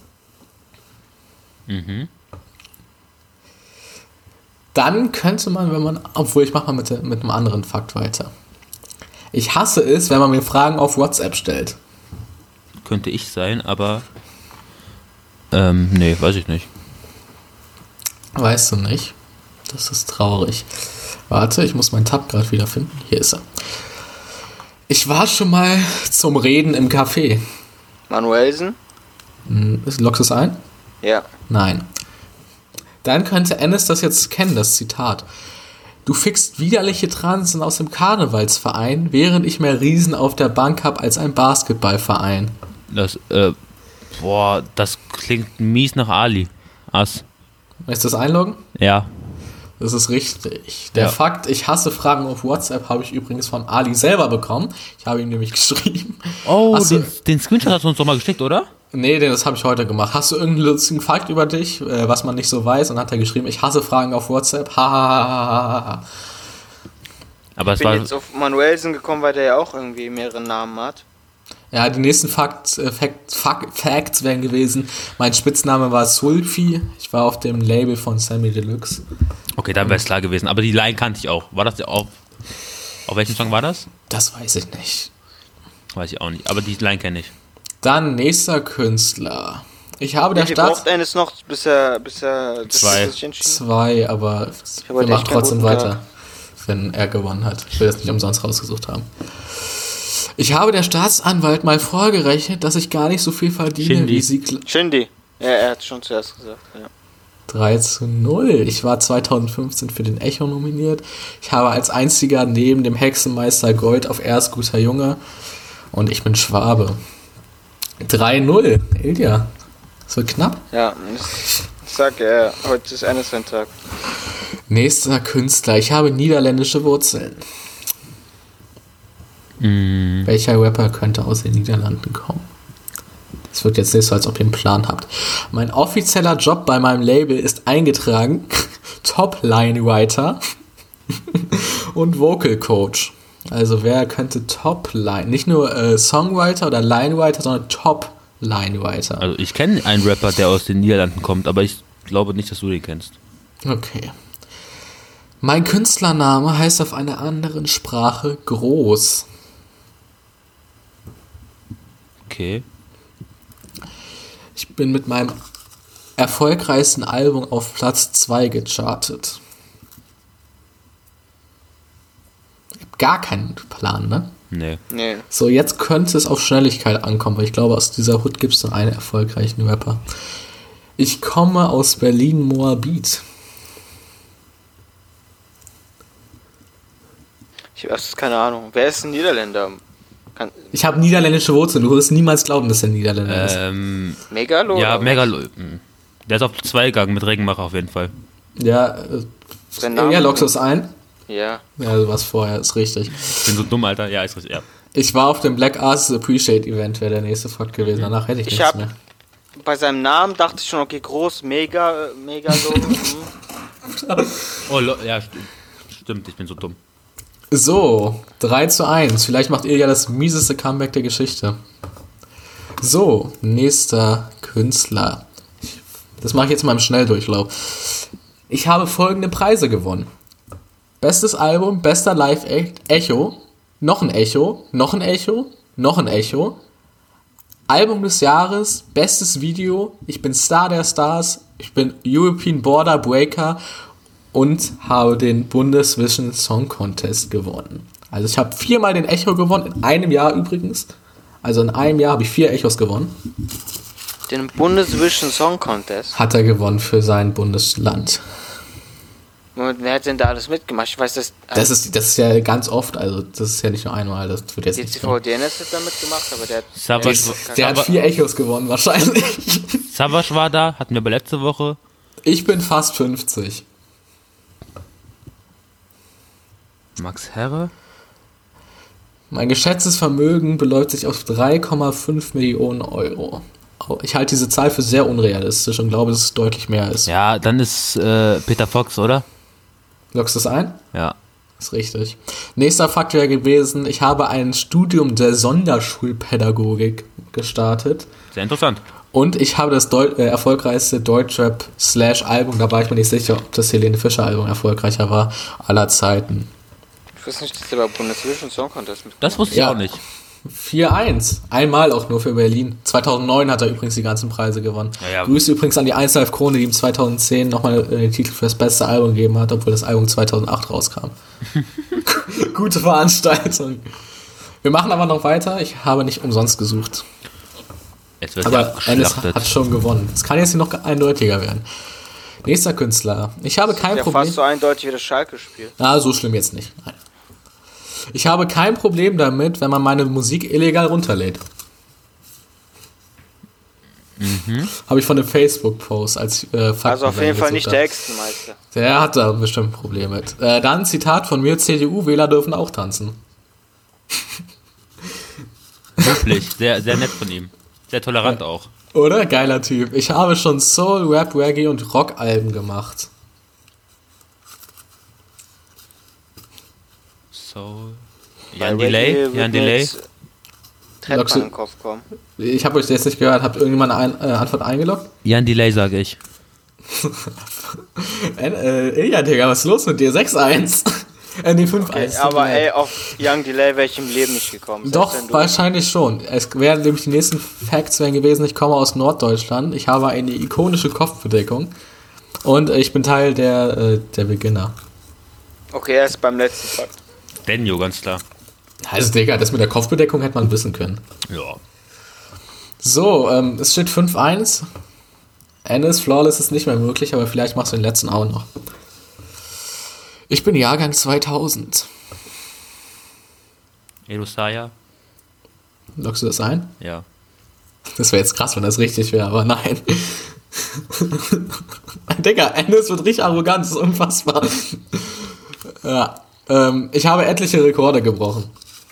Dann könnte man, wenn man... Obwohl, ich mache mal mit einem anderen Fakt weiter. Ich hasse es, wenn man mir Fragen auf WhatsApp stellt. Könnte ich sein, aber... nee, weiß ich nicht. Weißt du nicht? Das ist traurig. Warte, ich muss meinen Tab gerade wieder finden. Hier ist er. Ich war schon mal zum Reden im Café. Manuelsen? Lockst du es ein? Ja. Nein. Dann könnte Ennis das jetzt kennen, das Zitat. Du fickst widerliche Transen aus dem Karnevalsverein, während ich mehr Riesen auf der Bank hab als ein Basketballverein. Das klingt mies nach Ali. Möchtest du das einloggen? Ja. Das ist richtig. Der Fakt, ich hasse Fragen auf WhatsApp, habe ich übrigens von Ali selber bekommen. Ich habe ihm nämlich geschrieben. Oh, den Screenshot hast du uns doch mal geschickt, oder? Nee, das habe ich heute gemacht. Hast du irgendeinen lustigen Fakt über dich, was man nicht so weiß? Und hat er geschrieben, ich hasse Fragen auf WhatsApp. Aber ich bin jetzt auf Manuelsen gekommen, weil der ja auch irgendwie mehrere Namen hat. Ja, die nächsten Facts wären gewesen. Mein Spitzname war Sulfi. Ich war auf dem Label von Sammy Deluxe. Okay, dann wäre es klar gewesen. Aber die Line kannte ich auch. War das ja auch... Auf welchem Song war das? Das weiß ich nicht. Weiß ich auch nicht. Aber die Line kenne ich. Dann nächster Künstler. Ich habe der Stadt... braucht eines noch, bis er Zwei, aber wir machen trotzdem weiter, wenn er gewonnen hat. Ich will das nicht umsonst rausgesucht haben. Ich habe der Staatsanwalt mal vorgerechnet, dass ich gar nicht so viel verdiene wie sie... Shindy. Ja, er hat schon zuerst gesagt, ja. 3:0. Ich war 2015 für den Echo nominiert. Ich habe als einziger neben dem Hexenmeister Gold auf Erst guter Junge. Und ich bin Schwabe. 3:0. Ilja. Das wird knapp. Ja, ich sag ja, heute ist eines sein Tag. Nächster Künstler. Ich habe niederländische Wurzeln. Welcher Rapper könnte aus den Niederlanden kommen? Es wird jetzt nicht so, als ob ihr einen Plan habt. Mein offizieller Job bei meinem Label ist eingetragen. Top-Line-Writer und Vocal Coach. Also wer könnte Top-Line, nicht nur Songwriter oder Line-Writer, sondern Top-Line-Writer. Also ich kenne einen Rapper, der aus den Niederlanden kommt, aber ich glaube nicht, dass du den kennst. Okay. Mein Künstlername heißt auf einer anderen Sprache Groß. Okay. Ich bin mit meinem erfolgreichsten Album auf Platz 2 gechartet. Ich habe gar keinen Plan, ne? Nee. So, jetzt könnte es auf Schnelligkeit ankommen, weil ich glaube, aus dieser Hood gibt es nur einen erfolgreichen Rapper. Ich komme aus Berlin-Moabit. Ich habe keine Ahnung. Wer ist ein Niederländer? Ich habe niederländische Wurzeln. Du wirst niemals glauben, dass er Niederländer ist. Megalo? Ja, Megalo. Der ist auf 2 gegangen mit Regenmacher auf jeden Fall. Ja, lockst du es ein? Ja. Ja, du warst vorher, ist richtig. Ich bin so dumm, Alter. Ja, ist richtig, ja. Ich war auf dem Black Artists Appreciate Event, wäre der nächste Fakt gewesen. Danach hätte ich nichts mehr. Bei seinem Namen dachte ich schon, okay, groß, Megalo. Oh, ja, stimmt, ich bin so dumm. So, 3:1. Vielleicht macht ihr ja das mieseste Comeback der Geschichte. So, nächster Künstler. Das mache ich jetzt mal im Schnelldurchlauf. Ich habe folgende Preise gewonnen. Bestes Album, bester Live-Act, Echo, noch ein Echo, noch ein Echo, noch ein Echo. Album des Jahres, bestes Video, ich bin Star der Stars, ich bin European Border Breaker und habe den Bundesvision Song Contest gewonnen. Also ich habe 4-mal den Echo gewonnen, in einem Jahr übrigens. Also in einem Jahr habe ich 4 Echos gewonnen. Den Bundesvision Song Contest? Hat er gewonnen für sein Bundesland. Und wer hat denn da alles mitgemacht? Ich weiß, das ist ja ganz oft, also das ist ja nicht nur einmal. Das wird jetzt nicht DNS hat da mitgemacht, aber der hat 4 Echos gewonnen wahrscheinlich. Savas war da, hatten wir aber letzte Woche. Ich bin fast 50. Max Herre? Mein geschätztes Vermögen beläuft sich auf 3,5 Millionen Euro. Ich halte diese Zahl für sehr unrealistisch und glaube, dass es deutlich mehr ist. Ja, dann ist Peter Fox, oder? Loggst du das ein? Ja. Ist richtig. Nächster Fakt wäre gewesen, ich habe ein Studium der Sonderschulpädagogik gestartet. Sehr interessant. Und ich habe das erfolgreichste Deutschrap-Album, da war ich mir nicht sicher, ob das Helene Fischer-Album erfolgreicher war, aller Zeiten. Ich wusste nicht, dass der bei Bundesvision Song Contest mit. Das wusste ich auch nicht. 4-1. Einmal auch nur für Berlin. 2009 hat er übrigens die ganzen Preise gewonnen. Ja. Grüße übrigens an die 1Live Krone, die ihm 2010 nochmal den Titel für das beste Album gegeben hat, obwohl das Album 2008 rauskam. Gute Veranstaltung. Wir machen aber noch weiter. Ich habe nicht umsonst gesucht. Es wird aber Ennis hat schon gewonnen. Es kann jetzt noch eindeutiger werden. Nächster Künstler. Ich habe kein Problem. Fast so eindeutig wie das Schalke-Spiel. So schlimm jetzt nicht. Nein. Ich habe kein Problem damit, wenn man meine Musik illegal runterlädt. Habe ich von einem Facebook-Post als Fakt. Also auf jeden Fall nicht der Hexenmeister. Der hat da bestimmt ein Problem mit. Dann Zitat von mir, CDU-Wähler dürfen auch tanzen. Wirklich, sehr, sehr nett von ihm. Sehr tolerant auch. Oder? Geiler Typ. Ich habe schon Soul, Rap, Reggae und Rock-Alben gemacht. Soul. Jan Delay. Treppmann in den Kopf kommen. Ich habe euch das jetzt nicht gehört. Habt irgendjemand eine Antwort eingeloggt? Jan Delay, sage ich. Ja, Digga, was ist los mit dir? 6-1. Nee, 5-1. Okay, aber auf Young Delay wäre ich im Leben nicht gekommen. Doch, wahrscheinlich schon. Es wären nämlich die nächsten Facts gewesen, ich komme aus Norddeutschland, ich habe eine ikonische Kopfbedeckung und ich bin Teil der Beginner. Okay, er ist beim letzten Fakt. Denjo, ganz klar. Also, Digga, das mit der Kopfbedeckung hätte man wissen können. Ja. So, es steht 5-1. Ennis, Flawless ist nicht mehr möglich, aber vielleicht machst du den letzten auch noch. Ich bin Jahrgang 2000. Edosaya? Loggst du das ein? Ja. Das wäre jetzt krass, wenn das richtig wäre, aber nein. Digga, Ennis wird richtig arrogant, das ist unfassbar. Ja, ich habe etliche Rekorde gebrochen.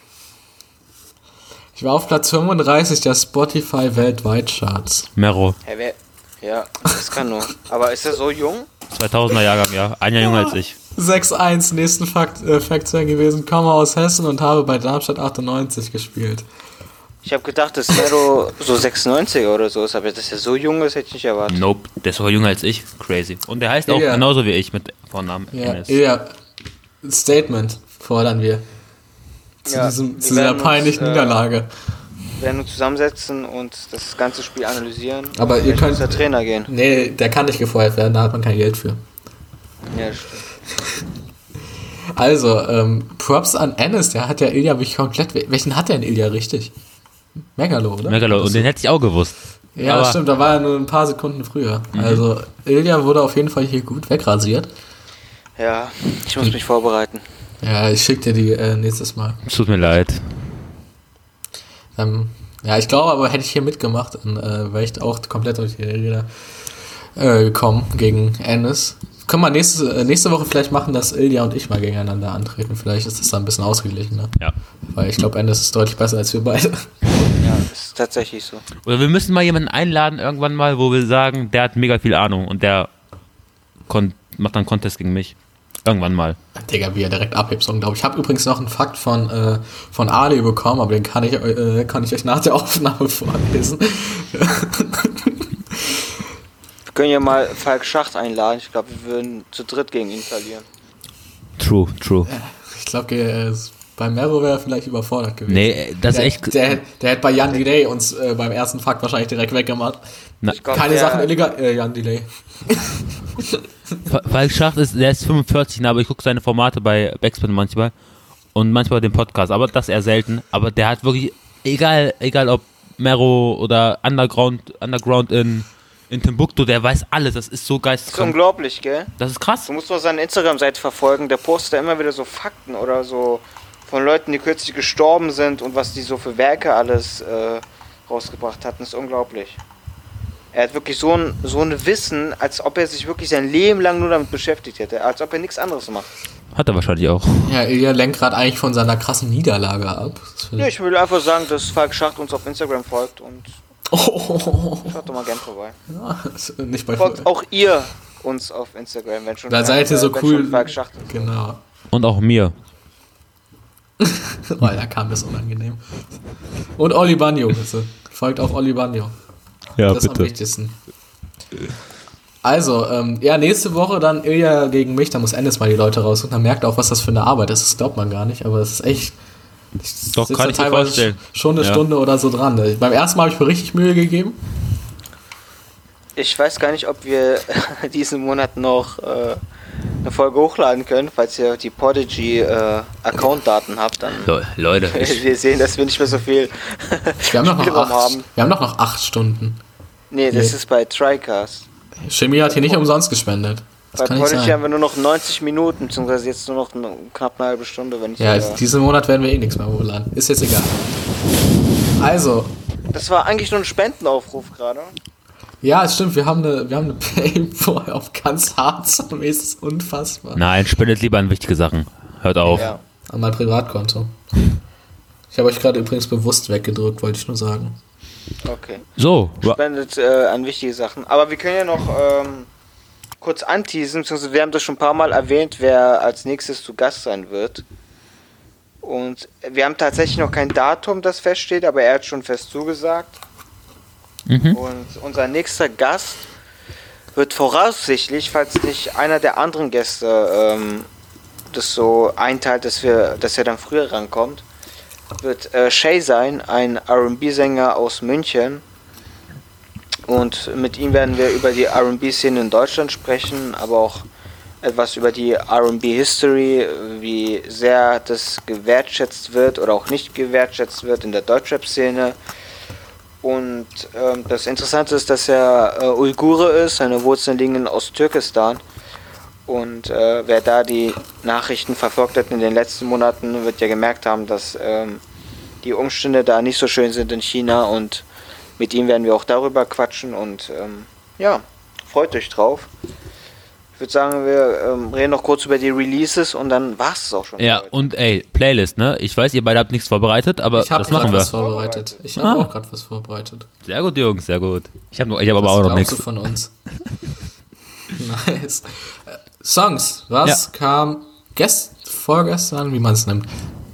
Ich war auf Platz 35 der Spotify Weltweit-Charts. Mero. Hey, ja, das kann nur. Aber ist er so jung? 2000er Jahrgang, ja. Ein Jahr jünger als ich. 6-1, nächsten Fakt gewesen. Komme aus Hessen und habe bei Darmstadt 98 gespielt. Ich habe gedacht, dass Mero so 96er oder so ist, aber dass er so jung ist, hätte ich nicht erwartet. Nope, der ist sogar jünger als ich. Crazy. Und der heißt auch genauso wie ich mit Vornamen. Ja, Statement fordern wir. Zu dieser peinlichen Niederlage. Wir werden uns zusammensetzen und das ganze Spiel analysieren. Aber ihr könnt. Der Trainer gehen. Nee, der kann nicht gefeuert werden, da hat man kein Geld für. Ja, stimmt. Also, Props an Ennis, der hat ja Ilja wirklich komplett. Welchen hat der denn Ilja richtig? Megalo, oder? Megalo, und den hätte ich auch gewusst. Ja, aber stimmt, da war er nur ein paar Sekunden früher. Also, Ilja wurde auf jeden Fall hier gut wegrasiert. Ja, ich muss mich vorbereiten. Ja, ich schicke dir die nächstes Mal. Tut mir leid. Ja, ich glaube aber, hätte ich hier mitgemacht, dann wäre ich auch komplett durch die Räder gekommen gegen Ennis. Können wir nächste Woche vielleicht machen, dass Ilja und ich mal gegeneinander antreten. Vielleicht ist das dann ein bisschen ausgeglichener. Ja. Weil ich glaube, Ennis ist deutlich besser als wir beide. Ja, ist tatsächlich so. Oder wir müssen mal jemanden einladen irgendwann mal, wo wir sagen, der hat mega viel Ahnung und der macht dann einen Contest gegen mich. Irgendwann mal. Digga, wie er direkt abhebt, so unglaublich. Ich habe übrigens noch einen Fakt von Ali bekommen, aber den kann ich euch nach der Aufnahme vorlesen. Wir können ja mal Falk Schacht einladen. Ich glaube, wir würden zu dritt gegen ihn verlieren. True. Ich glaube, bei Mero wäre er vielleicht überfordert gewesen. Nee, das ist echt... Der hätte bei Jan Delay uns beim ersten Fakt wahrscheinlich direkt weggemacht. Keine Sachen illegal. Jan Delay. Falk Schacht der ist 45, aber ich gucke seine Formate bei Backspin manchmal und manchmal den Podcast, aber das eher selten. Aber der hat wirklich, egal ob Mero oder Underground in Timbuktu, der weiß alles, das ist so geisteskrank. Das ist unglaublich, gell? Das ist krass. Du musst nur seine Instagram-Seite verfolgen, der postet da immer wieder so Fakten oder so von Leuten, die kürzlich gestorben sind und was die so für Werke alles rausgebracht hatten, das ist unglaublich. Er hat wirklich so ein Wissen, als ob er sich wirklich sein Leben lang nur damit beschäftigt hätte, als ob er nichts anderes macht. Hat er wahrscheinlich auch. Ja, Ilja lenkt gerade eigentlich von seiner krassen Niederlage ab. Ja, ich will einfach sagen, dass Falk Schacht uns auf Instagram folgt und schaut doch mal gern vorbei. Ja, nicht bei folgt auch ihr uns auf Instagram, wenn schon. Da seid ihr so cool. Falk Schacht genau. Und auch mir. Weil da kam das unangenehm. Und Olli Bagno, bitte. Folgt auch Olli Bagno. Ja, das ist am wichtigsten. Also, nächste Woche dann Ilja gegen mich, da muss Ennis mal die Leute raussuchen. Da merkt auch, was das für eine Arbeit ist. Das glaubt man gar nicht, aber es ist echt. Doch, kann ich mir vorstellen. Schon eine Stunde oder so dran. Beim ersten Mal habe ich mir richtig Mühe gegeben. Ich weiß gar nicht, ob wir diesen Monat noch eine Folge hochladen können, falls ihr die Podigy Account-Daten habt, dann Leute, wir sehen, dass wir nicht mehr so viel wir haben doch noch 8 Stunden. Nee, das ist bei TriCast. Chemie hat hier nicht umsonst gespendet. Das bei Podigy haben wir nur noch 90 Minuten, beziehungsweise jetzt nur noch knapp eine halbe Stunde, wenn ich diesen Monat werden wir nichts mehr hochladen. Ist jetzt egal. Also. Das war eigentlich nur ein Spendenaufruf gerade. Ja, es stimmt, wir haben eine Paypal auf ganz hart, es ist unfassbar. Nein, spendet lieber an wichtige Sachen. Hört auf. Ja. An mein Privatkonto. Ich habe euch gerade übrigens bewusst weggedrückt, wollte ich nur sagen. Okay. So. Spendet an wichtige Sachen. Aber wir können ja noch kurz anteasen, beziehungsweise wir haben das schon ein paar Mal erwähnt, wer als nächstes zu Gast sein wird. Und wir haben tatsächlich noch kein Datum, das feststeht, aber er hat schon fest zugesagt. Und unser nächster Gast wird voraussichtlich, falls nicht einer der anderen Gäste das so einteilt, dass er dann früher rankommt, wird Shay sein, ein R&B-Sänger aus München. Und mit ihm werden wir über die R&B-Szene in Deutschland sprechen, aber auch etwas über die R&B-History, wie sehr das gewertschätzt wird oder auch nicht gewertschätzt wird in der Deutschrap-Szene. Und das Interessante ist, dass er Uigure ist, seine Wurzeln liegen aus Türkistan. Und wer da die Nachrichten verfolgt hat in den letzten Monaten, wird ja gemerkt haben, dass die Umstände da nicht so schön sind in China. Und mit ihm werden wir auch darüber quatschen. Und freut euch drauf. Ich würde sagen, wir reden noch kurz über die Releases und dann war es auch schon. Ja, und Playlist, ne? Ich weiß, ihr beide habt nichts vorbereitet, aber das machen wir. Ich habe auch gerade was vorbereitet. Sehr gut, Jungs, sehr gut. Ich hab aber auch noch nichts. Von uns. Nice. Songs, was kam vorgestern, wie man es nimmt.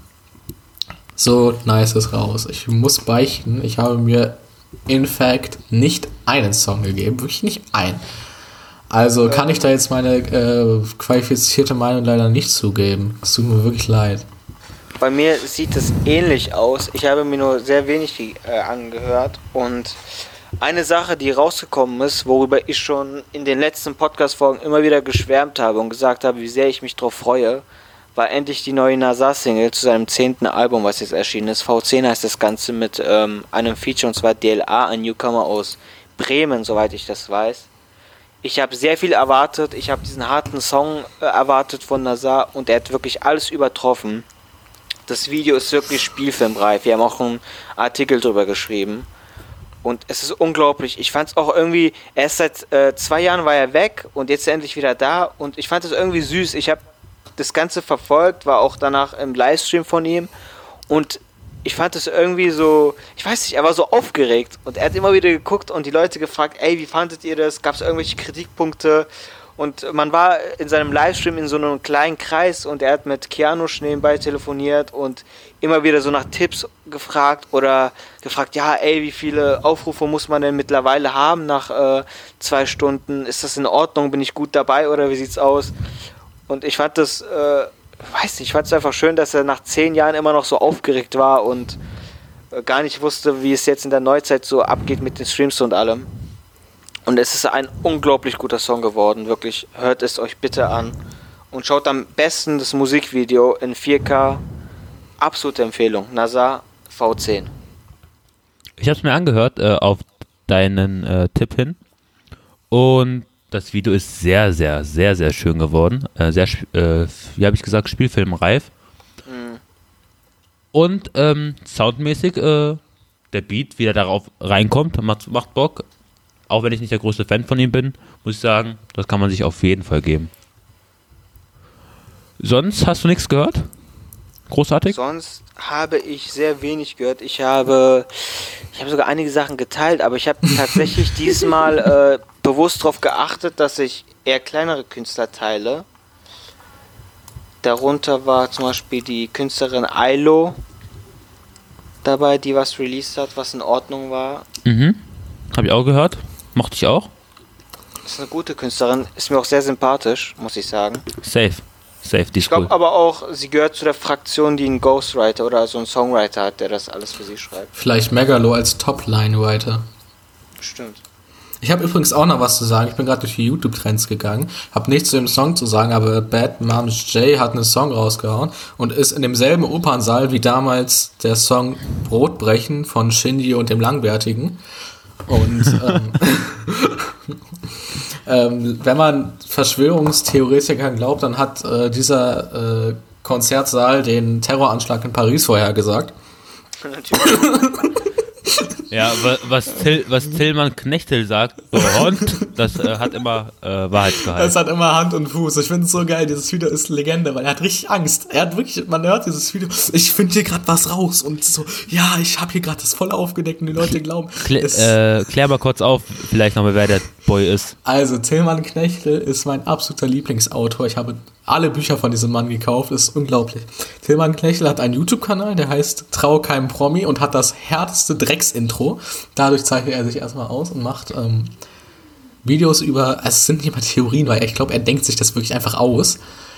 So nice ist raus. Ich muss beichten, ich habe mir in fact nicht einen Song gegeben, wirklich nicht einen. Also kann ich da jetzt meine qualifizierte Meinung leider nicht zugeben. Es tut mir wirklich leid. Bei mir sieht es ähnlich aus. Ich habe mir nur sehr wenig angehört. Und eine Sache, die rausgekommen ist, worüber ich schon in den letzten Podcast-Folgen immer wieder geschwärmt habe und gesagt habe, wie sehr ich mich drauf freue, war endlich die neue Nazar-Single zu seinem 10. Album, was jetzt erschienen ist. V10 heißt das Ganze mit einem Feature, und zwar DLA, ein Newcomer aus Bremen, soweit ich das weiß. Ich habe sehr viel erwartet, ich habe diesen harten Song erwartet von Nazar und er hat wirklich alles übertroffen. Das Video ist wirklich spielfilmreif, wir haben auch einen Artikel drüber geschrieben und es ist unglaublich. Ich fand es auch irgendwie, erst seit 2 Jahren war er weg und jetzt endlich wieder da und ich fand es irgendwie süß. Ich habe das Ganze verfolgt, war auch danach im Livestream von ihm und ich fand es irgendwie so, ich weiß nicht, er war so aufgeregt und er hat immer wieder geguckt und die Leute gefragt, ey, wie fandet ihr das? Gab es irgendwelche Kritikpunkte? Und man war in seinem Livestream in so einem kleinen Kreis und er hat mit Kianosch nebenbei telefoniert und immer wieder so nach Tipps gefragt oder gefragt, ja, ey, wie viele Aufrufe muss man denn mittlerweile haben nach 2 Stunden? Ist das in Ordnung? Bin ich gut dabei oder wie sieht's aus? Und ich fand das, ich fand es einfach schön, dass er nach 10 Jahren immer noch so aufgeregt war und gar nicht wusste, wie es jetzt in der Neuzeit so abgeht mit den Streams und allem. Und es ist ein unglaublich guter Song geworden, wirklich. Hört es euch bitte an und schaut am besten das Musikvideo in 4K. Absolute Empfehlung. Nazar V10. Ich habe es mir angehört auf deinen Tipp hin und das Video ist sehr, sehr, sehr, sehr schön geworden. Sehr, wie habe ich gesagt, spielfilmreif. Mhm. Und soundmäßig, der Beat, wie er darauf reinkommt, macht Bock. Auch wenn ich nicht der größte Fan von ihm bin, muss ich sagen, das kann man sich auf jeden Fall geben. Sonst hast du nichts gehört? Großartig? Sonst habe ich sehr wenig gehört. Ich habe sogar einige Sachen geteilt, aber ich habe tatsächlich diesmal bewusst darauf geachtet, dass ich eher kleinere Künstler teile. Darunter war zum Beispiel die Künstlerin Ailo dabei, die was released hat, was in Ordnung war. Mhm. Habe ich auch gehört. Mochte ich auch. Ist eine gute Künstlerin, ist mir auch sehr sympathisch, muss ich sagen. Safe, die ist Ich glaube aber auch, sie gehört zu der Fraktion, die einen Ghostwriter oder so einen Songwriter hat, der das alles für sie schreibt. Vielleicht Megalo als Top-Line-Writer. Stimmt. Ich habe übrigens auch noch was zu sagen. Ich bin gerade durch die YouTube-Trends gegangen. Habe nichts zu dem Song zu sagen, aber Bad Moms J hat einen Song rausgehauen und ist in demselben Opernsaal wie damals der Song Brotbrechen von Shindy und dem Langbärtigen. Und wenn man Verschwörungstheoretikern glaubt, dann hat dieser Konzertsaal den Terroranschlag in Paris vorhergesagt. Natürlich. Ja, was Tillmann Knechtel sagt, das hat immer Wahrheitsgehalt. Das hat immer Hand und Fuß. Ich finde es so geil, dieses Video ist Legende, weil er hat richtig Angst. Er hat wirklich, man hört dieses Video, ich finde hier gerade was raus und so, ja, ich habe hier gerade das voll aufgedeckt und die Leute glauben. Klär mal kurz auf, vielleicht nochmal, wer der Boy ist. Also, Tillmann Knechtel ist mein absoluter Lieblingsautor. Ich habe alle Bücher von diesem Mann gekauft, das ist unglaublich. Tillmann Knechtel hat einen YouTube-Kanal, der heißt Trau keinem Promi und hat das härteste Drecksintro. Dadurch zeichnet er sich erstmal aus und macht Videos über, also es sind nicht mal Theorien, weil ich glaube, er denkt sich das wirklich einfach aus.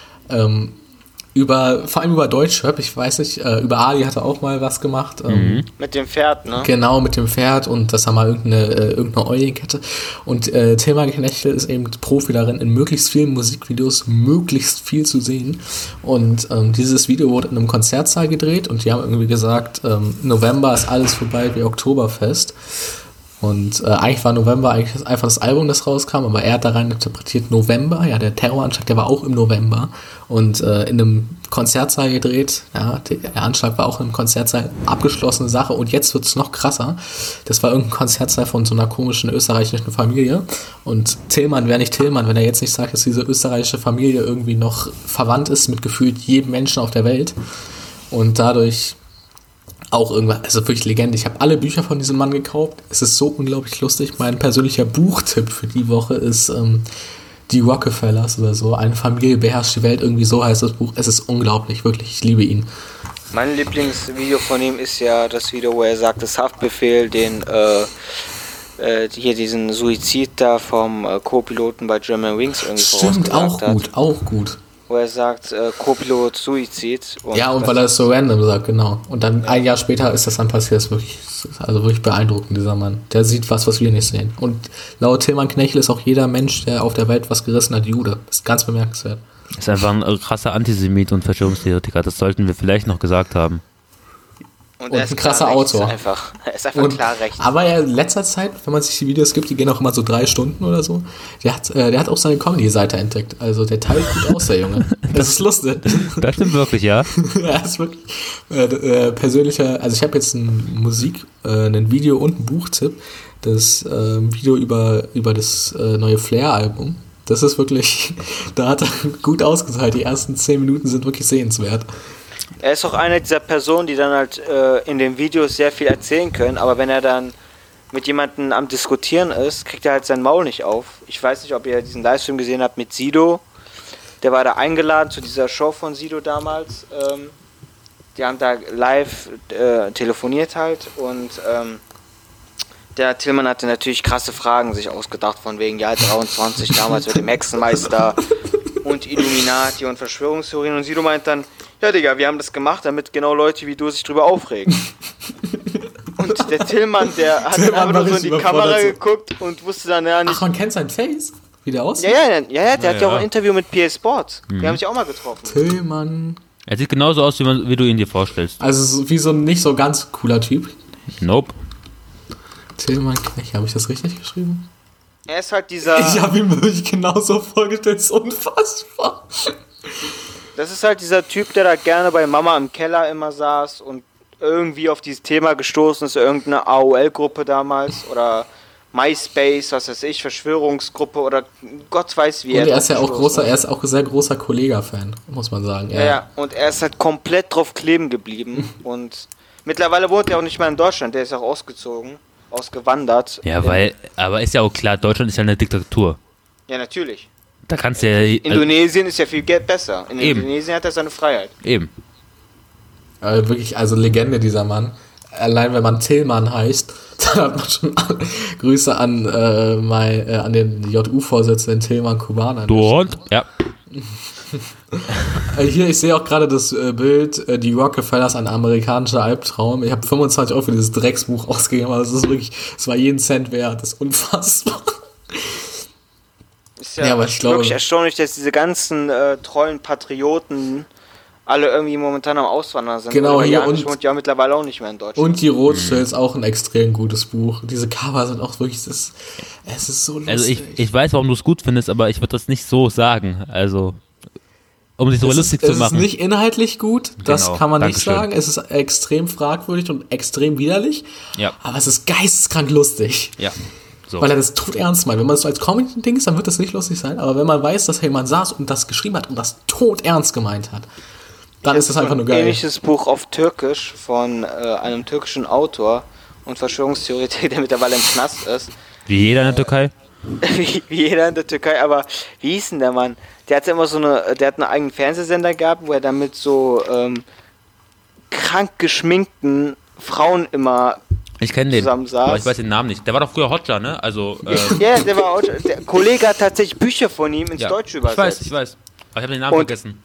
Vor allem über Deutschrap, ich weiß nicht, über Ali hat er auch mal was gemacht. Mit dem Pferd, ne? Genau, mit dem Pferd und das haben wir irgendeine Eulenkette. Und Tillmann Knechtel ist eben Profi darin, in möglichst vielen Musikvideos möglichst viel zu sehen. Und dieses Video wurde in einem Konzertsaal gedreht und die haben irgendwie gesagt, November ist alles vorbei wie Oktoberfest. Und eigentlich war November eigentlich einfach das Album, das rauskam, aber er hat da rein interpretiert November, ja, der Terroranschlag, der war auch im November und in einem Konzertsaal gedreht, ja, der Anschlag war auch in einem Konzertsaal, abgeschlossene Sache und jetzt wird es noch krasser, das war irgendein Konzertsaal von so einer komischen österreichischen Familie und Tillmann wäre nicht Tillmann, wenn er jetzt nicht sagt, dass diese österreichische Familie irgendwie noch verwandt ist mit gefühlt jedem Menschen auf der Welt und dadurch auch irgendwann, also wirklich Legende. Ich habe alle Bücher von diesem Mann gekauft. Es ist so unglaublich lustig. Mein persönlicher Buchtipp für die Woche ist Die Rockefellers oder so. Eine Familie beherrscht die Welt. Irgendwie so heißt das Buch. Es ist unglaublich, wirklich. Ich liebe ihn. Mein Lieblingsvideo von ihm ist ja das Video, wo er sagt, das Haftbefehl, hier diesen Suizid da vom Co-Piloten bei German Wings irgendwie Stimmt, auch gut, auch gut. Wo er sagt, Co-Pilot Suizid. Ja, und weil er es so random sagt, genau. Und dann ein Jahr später ist das dann passiert. Das ist wirklich beeindruckend, dieser Mann. Der sieht was wir nicht sehen. Und laut Tillmann Knechtel ist auch jeder Mensch, der auf der Welt was gerissen hat, Jude. Das ist ganz bemerkenswert. Das ist einfach ein krasser Antisemit und Verschwörungstheoretiker. Das sollten wir vielleicht noch gesagt haben. Und er ist ein krasser Autor. Er ist einfach klar rechts. Aber ja, in letzter Zeit, wenn man sich die Videos gibt, die gehen auch immer so 3 Stunden oder so, der hat auch seine Comedy-Seite entdeckt. Also der teilt gut aus, der Junge. Das ist lustig. Das stimmt wirklich, ja. Ja, das ist wirklich persönlicher, also ich habe jetzt ein Video und ein Buchtipp. Das Video über das neue Flair-Album. Das ist wirklich, da hat er gut ausgeteilt. Die ersten 10 Minuten sind wirklich sehenswert. Er ist auch eine dieser Personen, die dann halt in den Videos sehr viel erzählen können, aber wenn er dann mit jemandem am Diskutieren ist, kriegt er halt sein Maul nicht auf. Ich weiß nicht, ob ihr diesen Livestream gesehen habt mit Sido. Der war da eingeladen zu dieser Show von Sido damals. Die haben da live telefoniert halt und der Tillmann hatte natürlich krasse Fragen sich ausgedacht, von wegen, ja, 23 damals mit dem Hexenmeister und Illuminati und Verschwörungstheorien. Und Sido meint dann, ja, Digga, wir haben das gemacht, damit genau Leute wie du sich drüber aufregen. Und der Tillmann, der hat dann einfach nur so in die Kamera geguckt und wusste dann ja nicht... Ach, man kennt sein Face? Wie der aussieht? Ja, der hat ja auch ein Interview mit PA Sport. Die haben sich auch mal getroffen. Tillmann... Er sieht genauso aus, wie du ihn dir vorstellst. Also wie so ein nicht so ganz cooler Typ. Nope. Tillmann Knech, habe ich das richtig geschrieben? Er ist halt dieser... Ich habe ihn wirklich genauso vorgestellt, ist unfassbar. Das ist halt dieser Typ, der da gerne bei Mama im Keller immer saß und irgendwie auf dieses Thema gestoßen ist, irgendeine AOL-Gruppe damals oder MySpace, was weiß ich, Verschwörungsgruppe oder Gott weiß wie. Und er ist ja auch sehr großer Kollega-Fan, muss man sagen. Ja, und er ist halt komplett drauf kleben geblieben und mittlerweile wohnt er auch nicht mehr in Deutschland, der ist auch ausgewandert. Ja, aber ist ja auch klar, Deutschland ist ja eine Diktatur. Ja, natürlich. Da kannst du ja... Indonesien ist ja viel besser. In Indonesien hat er seine Freiheit. Eben. Wirklich, also Legende dieser Mann. Allein wenn man Tillmann heißt, dann hat man schon Grüße an den JU-Vorsitzenden Tillmann Kubaner. Dort? Ja. Hier, ich sehe auch gerade das Bild, die Rockefellers, ein amerikanischer Albtraum. Ich habe 25 € für dieses Drecksbuch ausgegeben, aber es ist wirklich, es war jeden Cent wert, das ist unfassbar. Ist ja, aber ich glaube, wirklich erstaunlich, dass diese ganzen treuen Patrioten alle irgendwie momentan am Auswandern sind. Genau, hier wohnt ja mittlerweile auch nicht mehr in Deutschland. Und die Rothschilds, auch ein extrem gutes Buch. Diese Cover sind auch wirklich, es ist so lustig. Also ich weiß, warum du es gut findest, aber ich würde das nicht so sagen. Also, um sich so lustig zu machen. Es ist nicht inhaltlich gut, das kann man nicht sagen. Es ist extrem fragwürdig und extrem widerlich. Ja. Aber es ist geisteskrank lustig. Ja. So. Weil er das tot ernst meint. Wenn man das so als Comedy-Ding ist, dann wird das nicht lustig sein. Aber wenn man weiß, dass jemand saß und das geschrieben hat und das tot ernst gemeint hat, dann ist das einfach nur geil. Ein ähnliches Buch auf Türkisch von einem türkischen Autor und Verschwörungstheoretiker, der mittlerweile im Knast ist. Wie jeder in der Türkei? Wie jeder in der Türkei, aber wie hieß denn der Mann? Der hatte immer der hat einen eigenen Fernsehsender gehabt, wo er dann mit so krank geschminkten Frauen immer ich kenne den, saß. aber ich weiß den Namen nicht. Der war doch früher Hotjar, ne? Also, ja, der war Hotjar. Der Kollege hat tatsächlich Bücher von ihm ins Deutsche übersetzt. Ich weiß. Aber ich habe den Namen vergessen.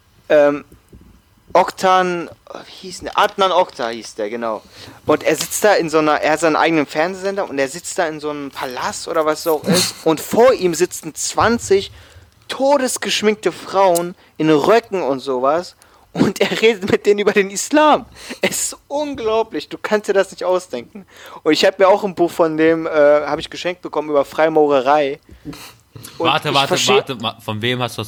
Oktan, wie hieß der? Adnan Oktar hieß der, genau. Und er sitzt da er hat seinen eigenen Fernsehsender und er sitzt da in so einem Palast oder was es auch ist und vor ihm sitzen 20 todesgeschminkte Frauen in Röcken und sowas und er redet mit denen über den Islam. Es ist unglaublich, du kannst dir das nicht ausdenken. Und ich habe mir auch ein Buch von dem, habe ich geschenkt bekommen über Freimaurerei. Warte, von wem hast du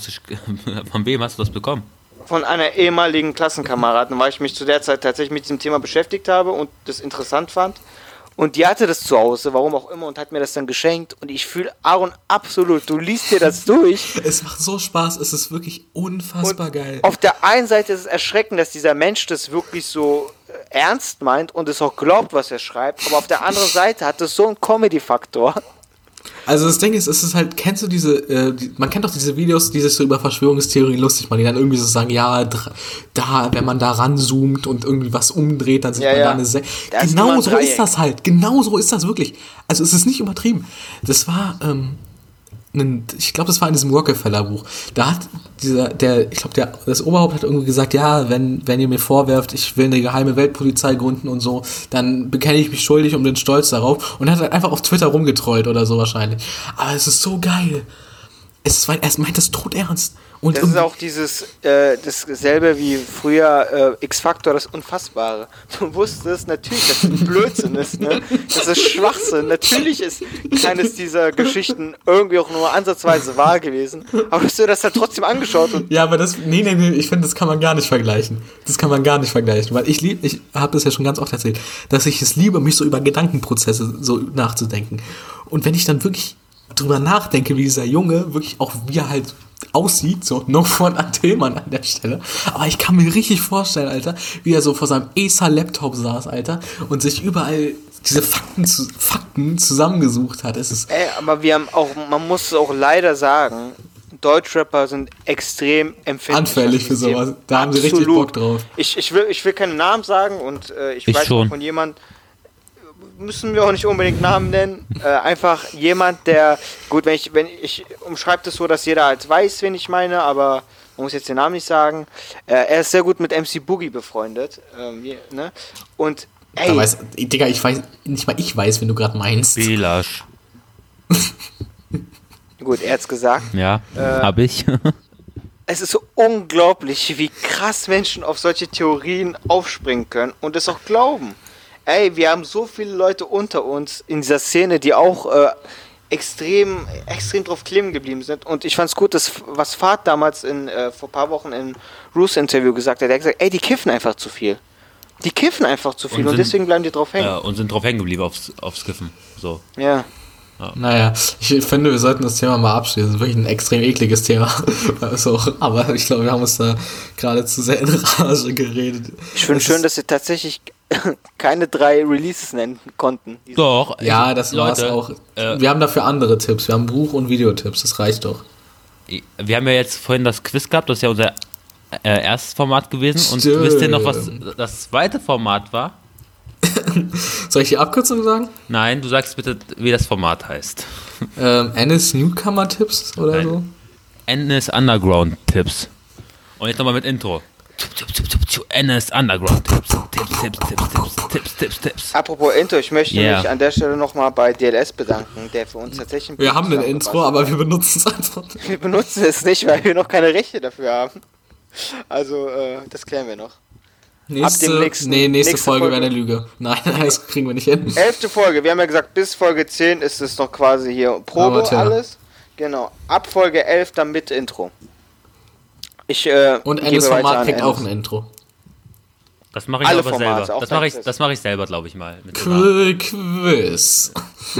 das bekommen? Von einer ehemaligen Klassenkameradin, weil ich mich zu der Zeit tatsächlich mit diesem Thema beschäftigt habe und das interessant fand. Und die hatte das zu Hause, warum auch immer, und hat mir das dann geschenkt. Und ich fühle Aaron absolut, du liest dir das durch. Es macht so Spaß, es ist wirklich unfassbar und geil. Auf der einen Seite ist es erschreckend, dass dieser Mensch das wirklich so ernst meint und es auch glaubt, was er schreibt. Aber auf der anderen Seite hat es so einen Comedy-Faktor. Also das Ding ist, es ist halt, kennst du man kennt doch diese Videos, die sich so über Verschwörungstheorien lustig machen, die dann irgendwie so sagen, ja, wenn man da ranzoomt und irgendwie was umdreht, dann sieht man da eine Genau so ist das halt, genau so ist das wirklich. Also es ist nicht übertrieben. Das war, ich glaube, das war in diesem Rockefeller-Buch. Da hat das Oberhaupt hat irgendwie gesagt, ja, wenn ihr mir vorwerft, ich will eine geheime Weltpolizei gründen und so, dann bekenne ich mich schuldig und bin stolz darauf. Und er hat halt einfach auf Twitter rumgetrollt oder so wahrscheinlich. Aber es ist so geil. Er meint das toternst. Und das ist auch dasselbe wie früher X-Factor, das Unfassbare. Du wusstest natürlich, dass das Blödsinn ist, ne? Das ist Schwachsinn. Natürlich ist keines dieser Geschichten irgendwie auch nur ansatzweise wahr gewesen. Aber hast du das dann trotzdem angeschaut? Und ja, aber nee, ich finde, das kann man gar nicht vergleichen. Weil ich habe das ja schon ganz oft erzählt, dass ich es liebe, mich so über Gedankenprozesse so nachzudenken. Und wenn ich dann wirklich drüber nachdenke, wie dieser Junge wirklich auch, wie er halt aussieht, so no von Tillmann an der Stelle, aber ich kann mir richtig vorstellen, Alter, wie er so vor seinem Acer-Laptop saß, Alter, und sich überall diese Fakten zusammengesucht hat. Es ist aber man muss es auch leider sagen, Deutschrapper sind extrem empfindlich. Anfällig für sowas. Da haben sie richtig Bock drauf. Ich will keine Namen sagen und ich weiß auch von jemandem, müssen wir auch nicht unbedingt Namen nennen, einfach jemand, der, gut, wenn ich umschreibe das so, dass jeder halt weiß, wen ich meine, aber man muss jetzt den Namen nicht sagen, er ist sehr gut mit MC Boogie befreundet, ne? Und, ey. Digga, ich weiß, nicht mal ich weiß, wen du gerade meinst. Belasch. Gut, er hat's gesagt. Ja, hab ich. Es ist so unglaublich, wie krass Menschen auf solche Theorien aufspringen können und es auch glauben. Ey, wir haben so viele Leute unter uns in dieser Szene, die auch extrem drauf kleben geblieben sind. Und ich fand's gut, was Fahd damals vor ein paar Wochen im Roos-Interview gesagt hat. Er hat gesagt, ey, die kiffen einfach zu viel. Die kiffen einfach zu viel und deswegen bleiben die drauf hängen. Ja, und sind drauf hängen geblieben aufs Kiffen. So. Ja. Ja. Naja, ich finde, wir sollten das Thema mal abschließen. Das ist wirklich ein extrem ekliges Thema. Also, aber ich glaube, wir haben uns da gerade zu sehr in Rage geredet. Ich finde schön, dass wir tatsächlich keine 3 Releases nennen konnten. Doch. Ja, das war's auch. Wir haben dafür andere Tipps. Wir haben Buch- und Videotipps. Das reicht doch. Wir haben ja jetzt vorhin das Quiz gehabt. Das ist ja unser erstes Format gewesen. Und wisst ihr noch, was das zweite Format war? Soll ich die Abkürzung sagen? Nein, du sagst bitte, wie das Format heißt. Ennis Newcomer-Tipps oder Nein. so? Ennis Underground-Tipps. Und jetzt nochmal mit Intro. Ennis Underground-Tipps. Tipps. Apropos Intro, ich möchte mich an der Stelle nochmal bei DLS bedanken, der für uns tatsächlich... Wir haben ein Intro, aber wir benutzen es einfach nicht. Wir benutzen es nicht, weil wir noch keine Rechte dafür haben. Also, das klären wir noch. Nächste Folge wäre eine Lüge. Nein, das kriegen wir nicht hin. 11. Folge, wir haben ja gesagt, bis Folge 10 ist es noch quasi hier Probe alles. Genau, ab Folge 11 dann mit Intro. Und Endes Format kriegt auch ein Intro. Das mache ich aber selber. Das mache ich selber, glaube ich mal. Quiz.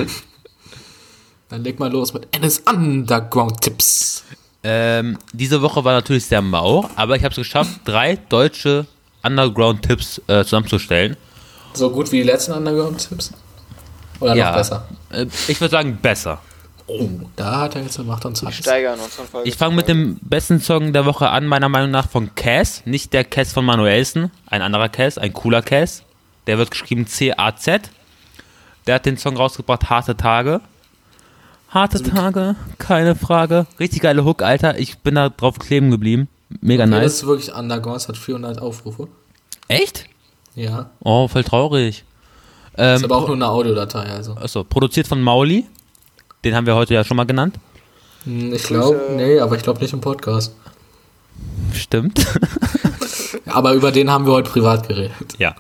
Dann leg mal los mit Ennis Underground-Tipps. Diese Woche war natürlich sehr mau, aber ich habe es geschafft, 3 deutsche Underground-Tipps zusammenzustellen. So gut wie die letzten Underground-Tipps? Oder noch besser? Ich würde sagen besser. Oh, da hat er jetzt gemacht und Wir steigern uns von Folge. Ich fange mit dem besten Song der Woche an, meiner Meinung nach von Cass. Nicht der Cass von Manuelsen, ein anderer Cass, ein cooler Cass. Der wird geschrieben C-A-Z. Der hat den Song rausgebracht, Harte Tage. Harte Tage, keine Frage. Richtig geile Hook, Alter. Ich bin da drauf kleben geblieben. Mega nice. Das ist wirklich Underground, hat 400 Aufrufe. Echt? Ja. Oh, voll traurig. Ist aber auch nur eine Audiodatei, also. Achso, produziert von Mauli. Den haben wir heute ja schon mal genannt. Ich glaube, aber ich glaube nicht im Podcast. Stimmt. Aber über den haben wir heute privat geredet. Ja.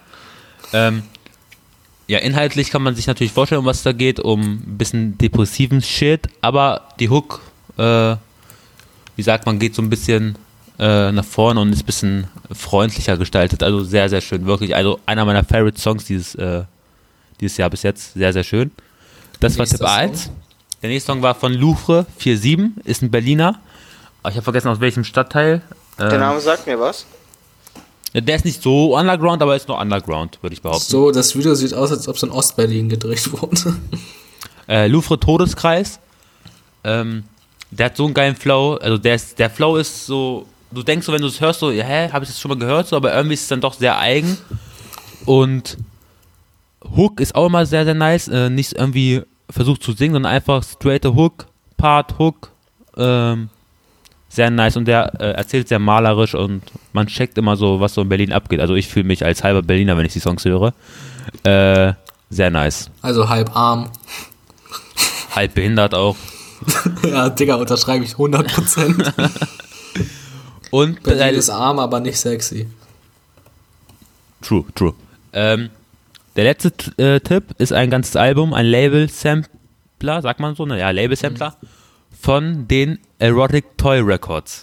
Ja, inhaltlich kann man sich natürlich vorstellen, um was es da geht, um ein bisschen depressiven Shit, aber die Hook, wie sagt man, geht so ein bisschen nach vorne und ist ein bisschen freundlicher gestaltet, also sehr, sehr schön, wirklich, also einer meiner Favorite Songs dieses Jahr bis jetzt, sehr, sehr schön. Das war Tipp 1. Der nächste Song war von Louvre 47, ist ein Berliner, aber ich habe vergessen, aus welchem Stadtteil. Der Name sagt mir was. Der ist nicht so underground, aber ist noch underground, würde ich behaupten. So, das Video sieht aus, als ob es in Ostberlin gedreht wurde. Louvre Todeskreis. Der hat so einen geilen Flow. Also der Flow ist so, du denkst so, wenn du es hörst, so, ja, habe ich das schon mal gehört, so, aber irgendwie ist es dann doch sehr eigen. Und Hook ist auch immer sehr, sehr nice. Nicht irgendwie versucht zu singen, sondern einfach straighte Hook, Part, Hook. Sehr nice und der erzählt sehr malerisch und man checkt immer so, was so in Berlin abgeht. Also ich fühle mich als halber Berliner, wenn ich die Songs höre. Sehr nice. Also halb arm. Halb behindert auch. Ja, Digga, unterschreibe ich 100%. Und Berlin ist arm, aber nicht sexy. True. Der letzte Tipp ist ein ganzes Album, ein Label-Sampler, sagt man so, ne? Ja, Label-Sampler von den Erotic Toy Records.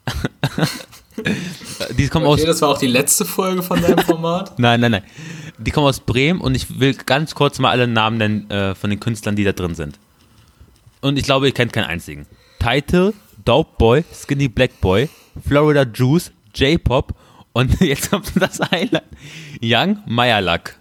Die kommen aus. Das war auch die letzte Folge von deinem Format? Nein. Die kommen aus Bremen und ich will ganz kurz mal alle Namen nennen von den Künstlern, die da drin sind. Und ich glaube, ihr kennt keinen einzigen. Title, Dope Boy, Skinny Black Boy, Florida Juice, J-Pop und jetzt kommt das Highlight. Young Meyerlack.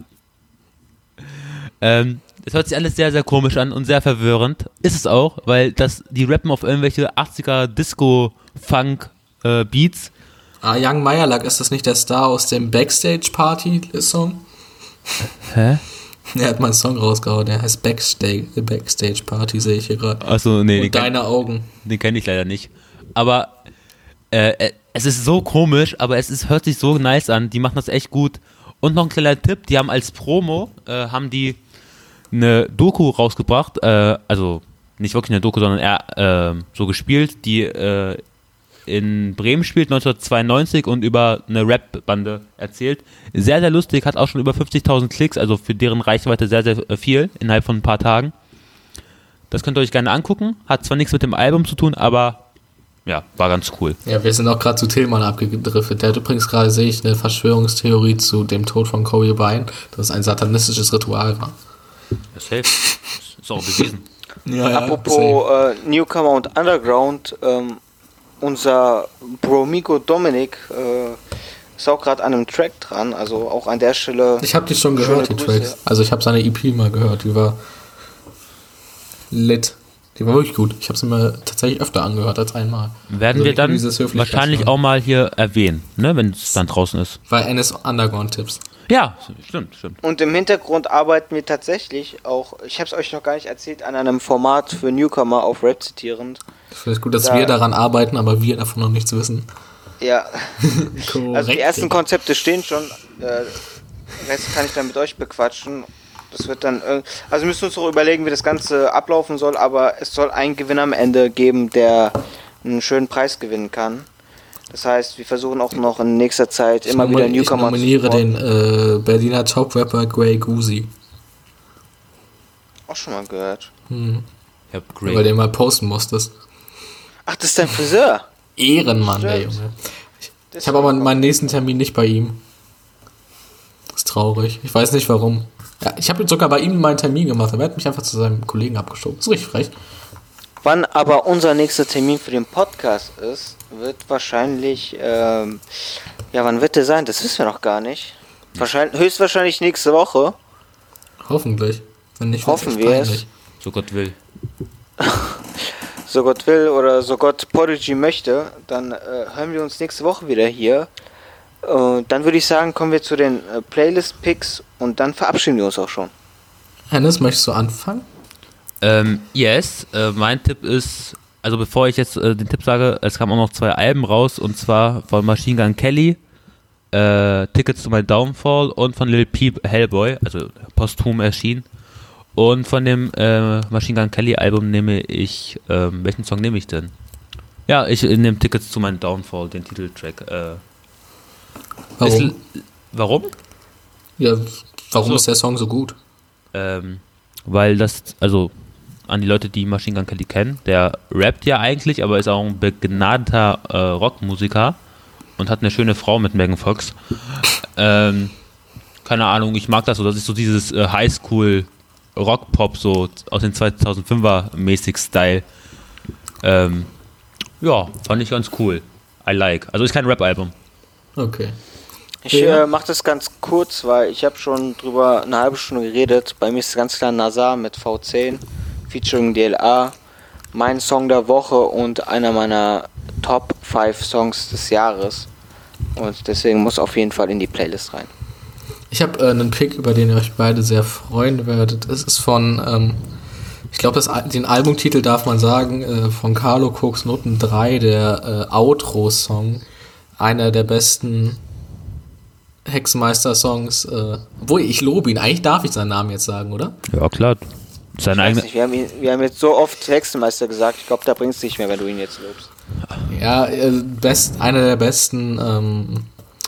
Das hört sich alles sehr, sehr komisch an und sehr verwirrend. Ist es auch, weil die rappen auf irgendwelche 80er Disco-Funk-Beats. Young Meyerlack, ist das nicht der Star aus dem Backstage-Party-Song? Hä? Er hat mal einen Song rausgehauen, der heißt Backstage Party, sehe ich hier gerade. Achso, nee. Und Deine Augen. Den kenne ich leider nicht. Aber es ist so komisch, aber hört sich so nice an. Die machen das echt gut. Und noch ein kleiner Tipp, die haben als Promo, haben die eine Doku rausgebracht, also nicht wirklich eine Doku, sondern eher so gespielt, die in Bremen spielt, 1992 und über eine Rap-Bande erzählt. Sehr, sehr lustig, hat auch schon über 50.000 Klicks, also für deren Reichweite sehr, sehr viel, innerhalb von ein paar Tagen. Das könnt ihr euch gerne angucken, hat zwar nichts mit dem Album zu tun, aber ja, war ganz cool. Ja, wir sind auch gerade zu Tillmann abgedriftet. Der hat übrigens gerade, sehe ich, eine Verschwörungstheorie zu dem Tod von Kobe Bryant, dass es ein satanistisches Ritual war. Das hilft. Ist auch bewiesen. Apropos Newcomer und Underground, unser Bromigo Dominik ist auch gerade an einem Track dran, also auch an der Stelle. Ich habe die schon gehört, die Tracks. Also ich habe seine EP mal gehört, die war lit. Die war wirklich gut. Ich habe sie mir tatsächlich öfter angehört als einmal. Werden also wir dann wahrscheinlich auch mal hier erwähnen, ne, wenn es dann draußen ist. Bei NS Underground-Tipps. Ja, stimmt. Und im Hintergrund arbeiten wir tatsächlich auch, ich habe es euch noch gar nicht erzählt, an einem Format für Newcomer auf Rap zitierend. Ich finde es gut, dass wir daran arbeiten, aber wir davon noch nichts wissen. Ja, also die ersten Konzepte stehen schon, Rest kann ich dann mit euch bequatschen. Das wird dann, also müssen wir uns noch überlegen, wie das Ganze ablaufen soll, aber es soll einen Gewinner am Ende geben, der einen schönen Preis gewinnen kann. Das heißt, wir versuchen auch noch in nächster Zeit immer wieder Newcomer zu nominiere den Berliner Top-Rapper Grey Goosey. Auch schon mal gehört. Ja, weil du den mal posten musstest. Ach, das ist dein Friseur? Ehrenmann, der Junge. Ich habe aber meinen nächsten Termin nicht bei ihm. Das ist traurig. Ich weiß nicht warum. Ja, ich habe jetzt sogar bei ihm meinen Termin gemacht, aber er hat mich einfach zu seinem Kollegen abgeschoben. Das ist richtig frech. Wann aber unser nächster Termin für den Podcast ist, wird wahrscheinlich, wann wird der sein? Das wissen wir noch gar nicht. Höchstwahrscheinlich nächste Woche. Hoffentlich. Wenn nicht, hoffen wir es. So Gott will. So Gott will oder so Gott Prodigy möchte, dann hören wir uns nächste Woche wieder hier. Dann würde ich sagen, kommen wir zu den Playlist-Picks und dann verabschieden wir uns auch schon. Hennes, möchtest du anfangen? Yes. Mein Tipp ist, also bevor ich jetzt den Tipp sage, es kamen auch noch 2 Alben raus, und zwar von Machine Gun Kelly, Tickets to My Downfall, und von Lil Peep Hellboy, also posthum erschienen. Und von dem Machine Gun Kelly Album nehme ich, welchen Song nehme ich denn? Ja, ich nehme Tickets to My Downfall, den Titeltrack. Warum? Warum? Ja, warum ist der Song so gut? Weil das, also an die Leute, die Machine Gun Kelly kennen, der rappt ja eigentlich, aber ist auch ein begnadeter Rockmusiker und hat eine schöne Frau mit Megan Fox. Keine Ahnung, ich mag das so, das ist so dieses Highschool Rock-Pop, so aus den 2005er mäßig Style. Ja, fand ich ganz cool. I like. Also ist kein Rap-Album. Okay. Ich mache das ganz kurz, weil ich habe schon drüber eine halbe Stunde geredet. Bei mir ist ganz klar Nazar mit V10, featuring DLA, mein Song der Woche und einer meiner Top 5 Songs des Jahres. Und deswegen muss auf jeden Fall in die Playlist rein. Ich habe einen Pick, über den ihr euch beide sehr freuen werdet. Es ist von, ich glaube, den Albumtitel darf man sagen, von Carlo Cooks Noten 3, der Outro-Song. Einer der besten Hexenmeister-Songs. Obwohl, ich lobe ihn. Eigentlich darf ich seinen Namen jetzt sagen, oder? Ja, klar. Ich weiß nicht, wir haben jetzt so oft Hexenmeister gesagt. Ich glaube, da bringt es nicht mehr, wenn du ihn jetzt lobst. Ja, einer der besten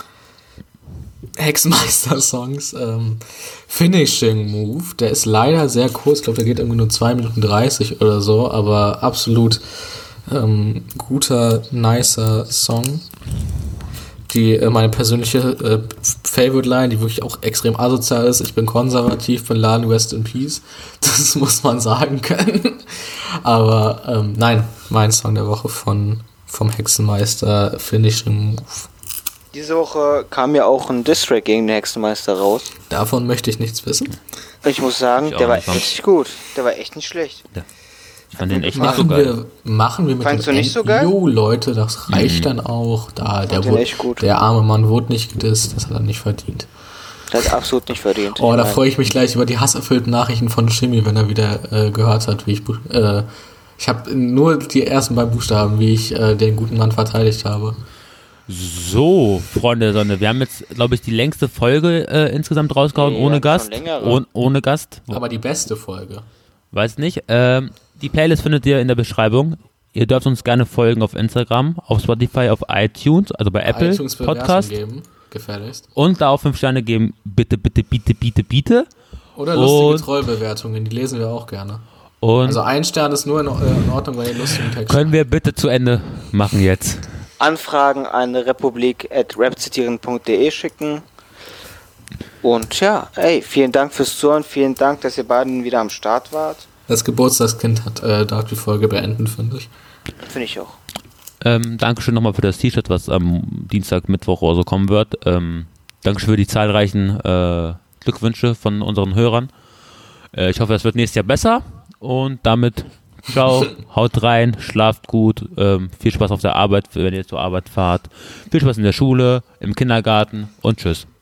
Hexenmeister-Songs. Finishing Move. Der ist leider sehr kurz. Ich glaube, der geht irgendwie nur 2 Minuten 30 oder so. Aber absolut guter, nicer Song. Meine persönliche Favorite-Line, die wirklich auch extrem asozial ist: Ich bin konservativ, bin Laden, Rest in Peace. Das muss man sagen können. Aber nein, mein Song der Woche vom Hexenmeister, Finishing Move. Diese Woche kam ja auch ein Diss-Track gegen den Hexenmeister raus. Davon möchte ich nichts wissen. Ich muss sagen, der war echt gut. Der war echt nicht schlecht. Ja. Ich fand den echt nicht so geil. Machen wir mit Fandst du nicht so geil? Jo, Leute, das reicht dann auch. Der arme Mann wurde nicht gedisst, das hat er nicht verdient. Das hat absolut nicht verdient. Oh, da freue ich mich gleich über die hasserfüllten Nachrichten von Shimmy, wenn er wieder gehört hat, wie ich habe nur die ersten 2 Buchstaben, wie ich den guten Mann verteidigt habe. So, Freunde der Sonne, wir haben jetzt, glaube ich, die längste Folge insgesamt rausgehauen, ohne Gast. Ohne Gast. Aber die beste Folge. Weiß nicht. Die Playlist findet ihr in der Beschreibung. Ihr dürft uns gerne folgen auf Instagram, auf Spotify, auf iTunes, also bei Apple Podcast. Geben, gefälligst. Und da auch 5 Sterne geben. Bitte, bitte, bitte, bitte, bitte. Oder lustige Trollbewertungen, die lesen wir auch gerne. Also 1 Stern ist nur in Ordnung bei den lustigen Texten. Können wir bitte zu Ende machen jetzt? Anfragen an republik@rapzitieren.de schicken. Und ja, vielen Dank fürs Zuhören, vielen Dank, dass ihr beiden wieder am Start wart. das Geburtstagskind darf die Folge beenden, finde ich. Finde ich auch. Dankeschön nochmal für das T-Shirt, was am Dienstag, Mittwoch oder so kommen wird. Dankeschön für die zahlreichen Glückwünsche von unseren Hörern. Ich hoffe, das wird nächstes Jahr besser. Und damit, ciao, haut rein, schlaft gut, viel Spaß auf der Arbeit, wenn ihr zur Arbeit fahrt. Viel Spaß in der Schule, im Kindergarten und tschüss.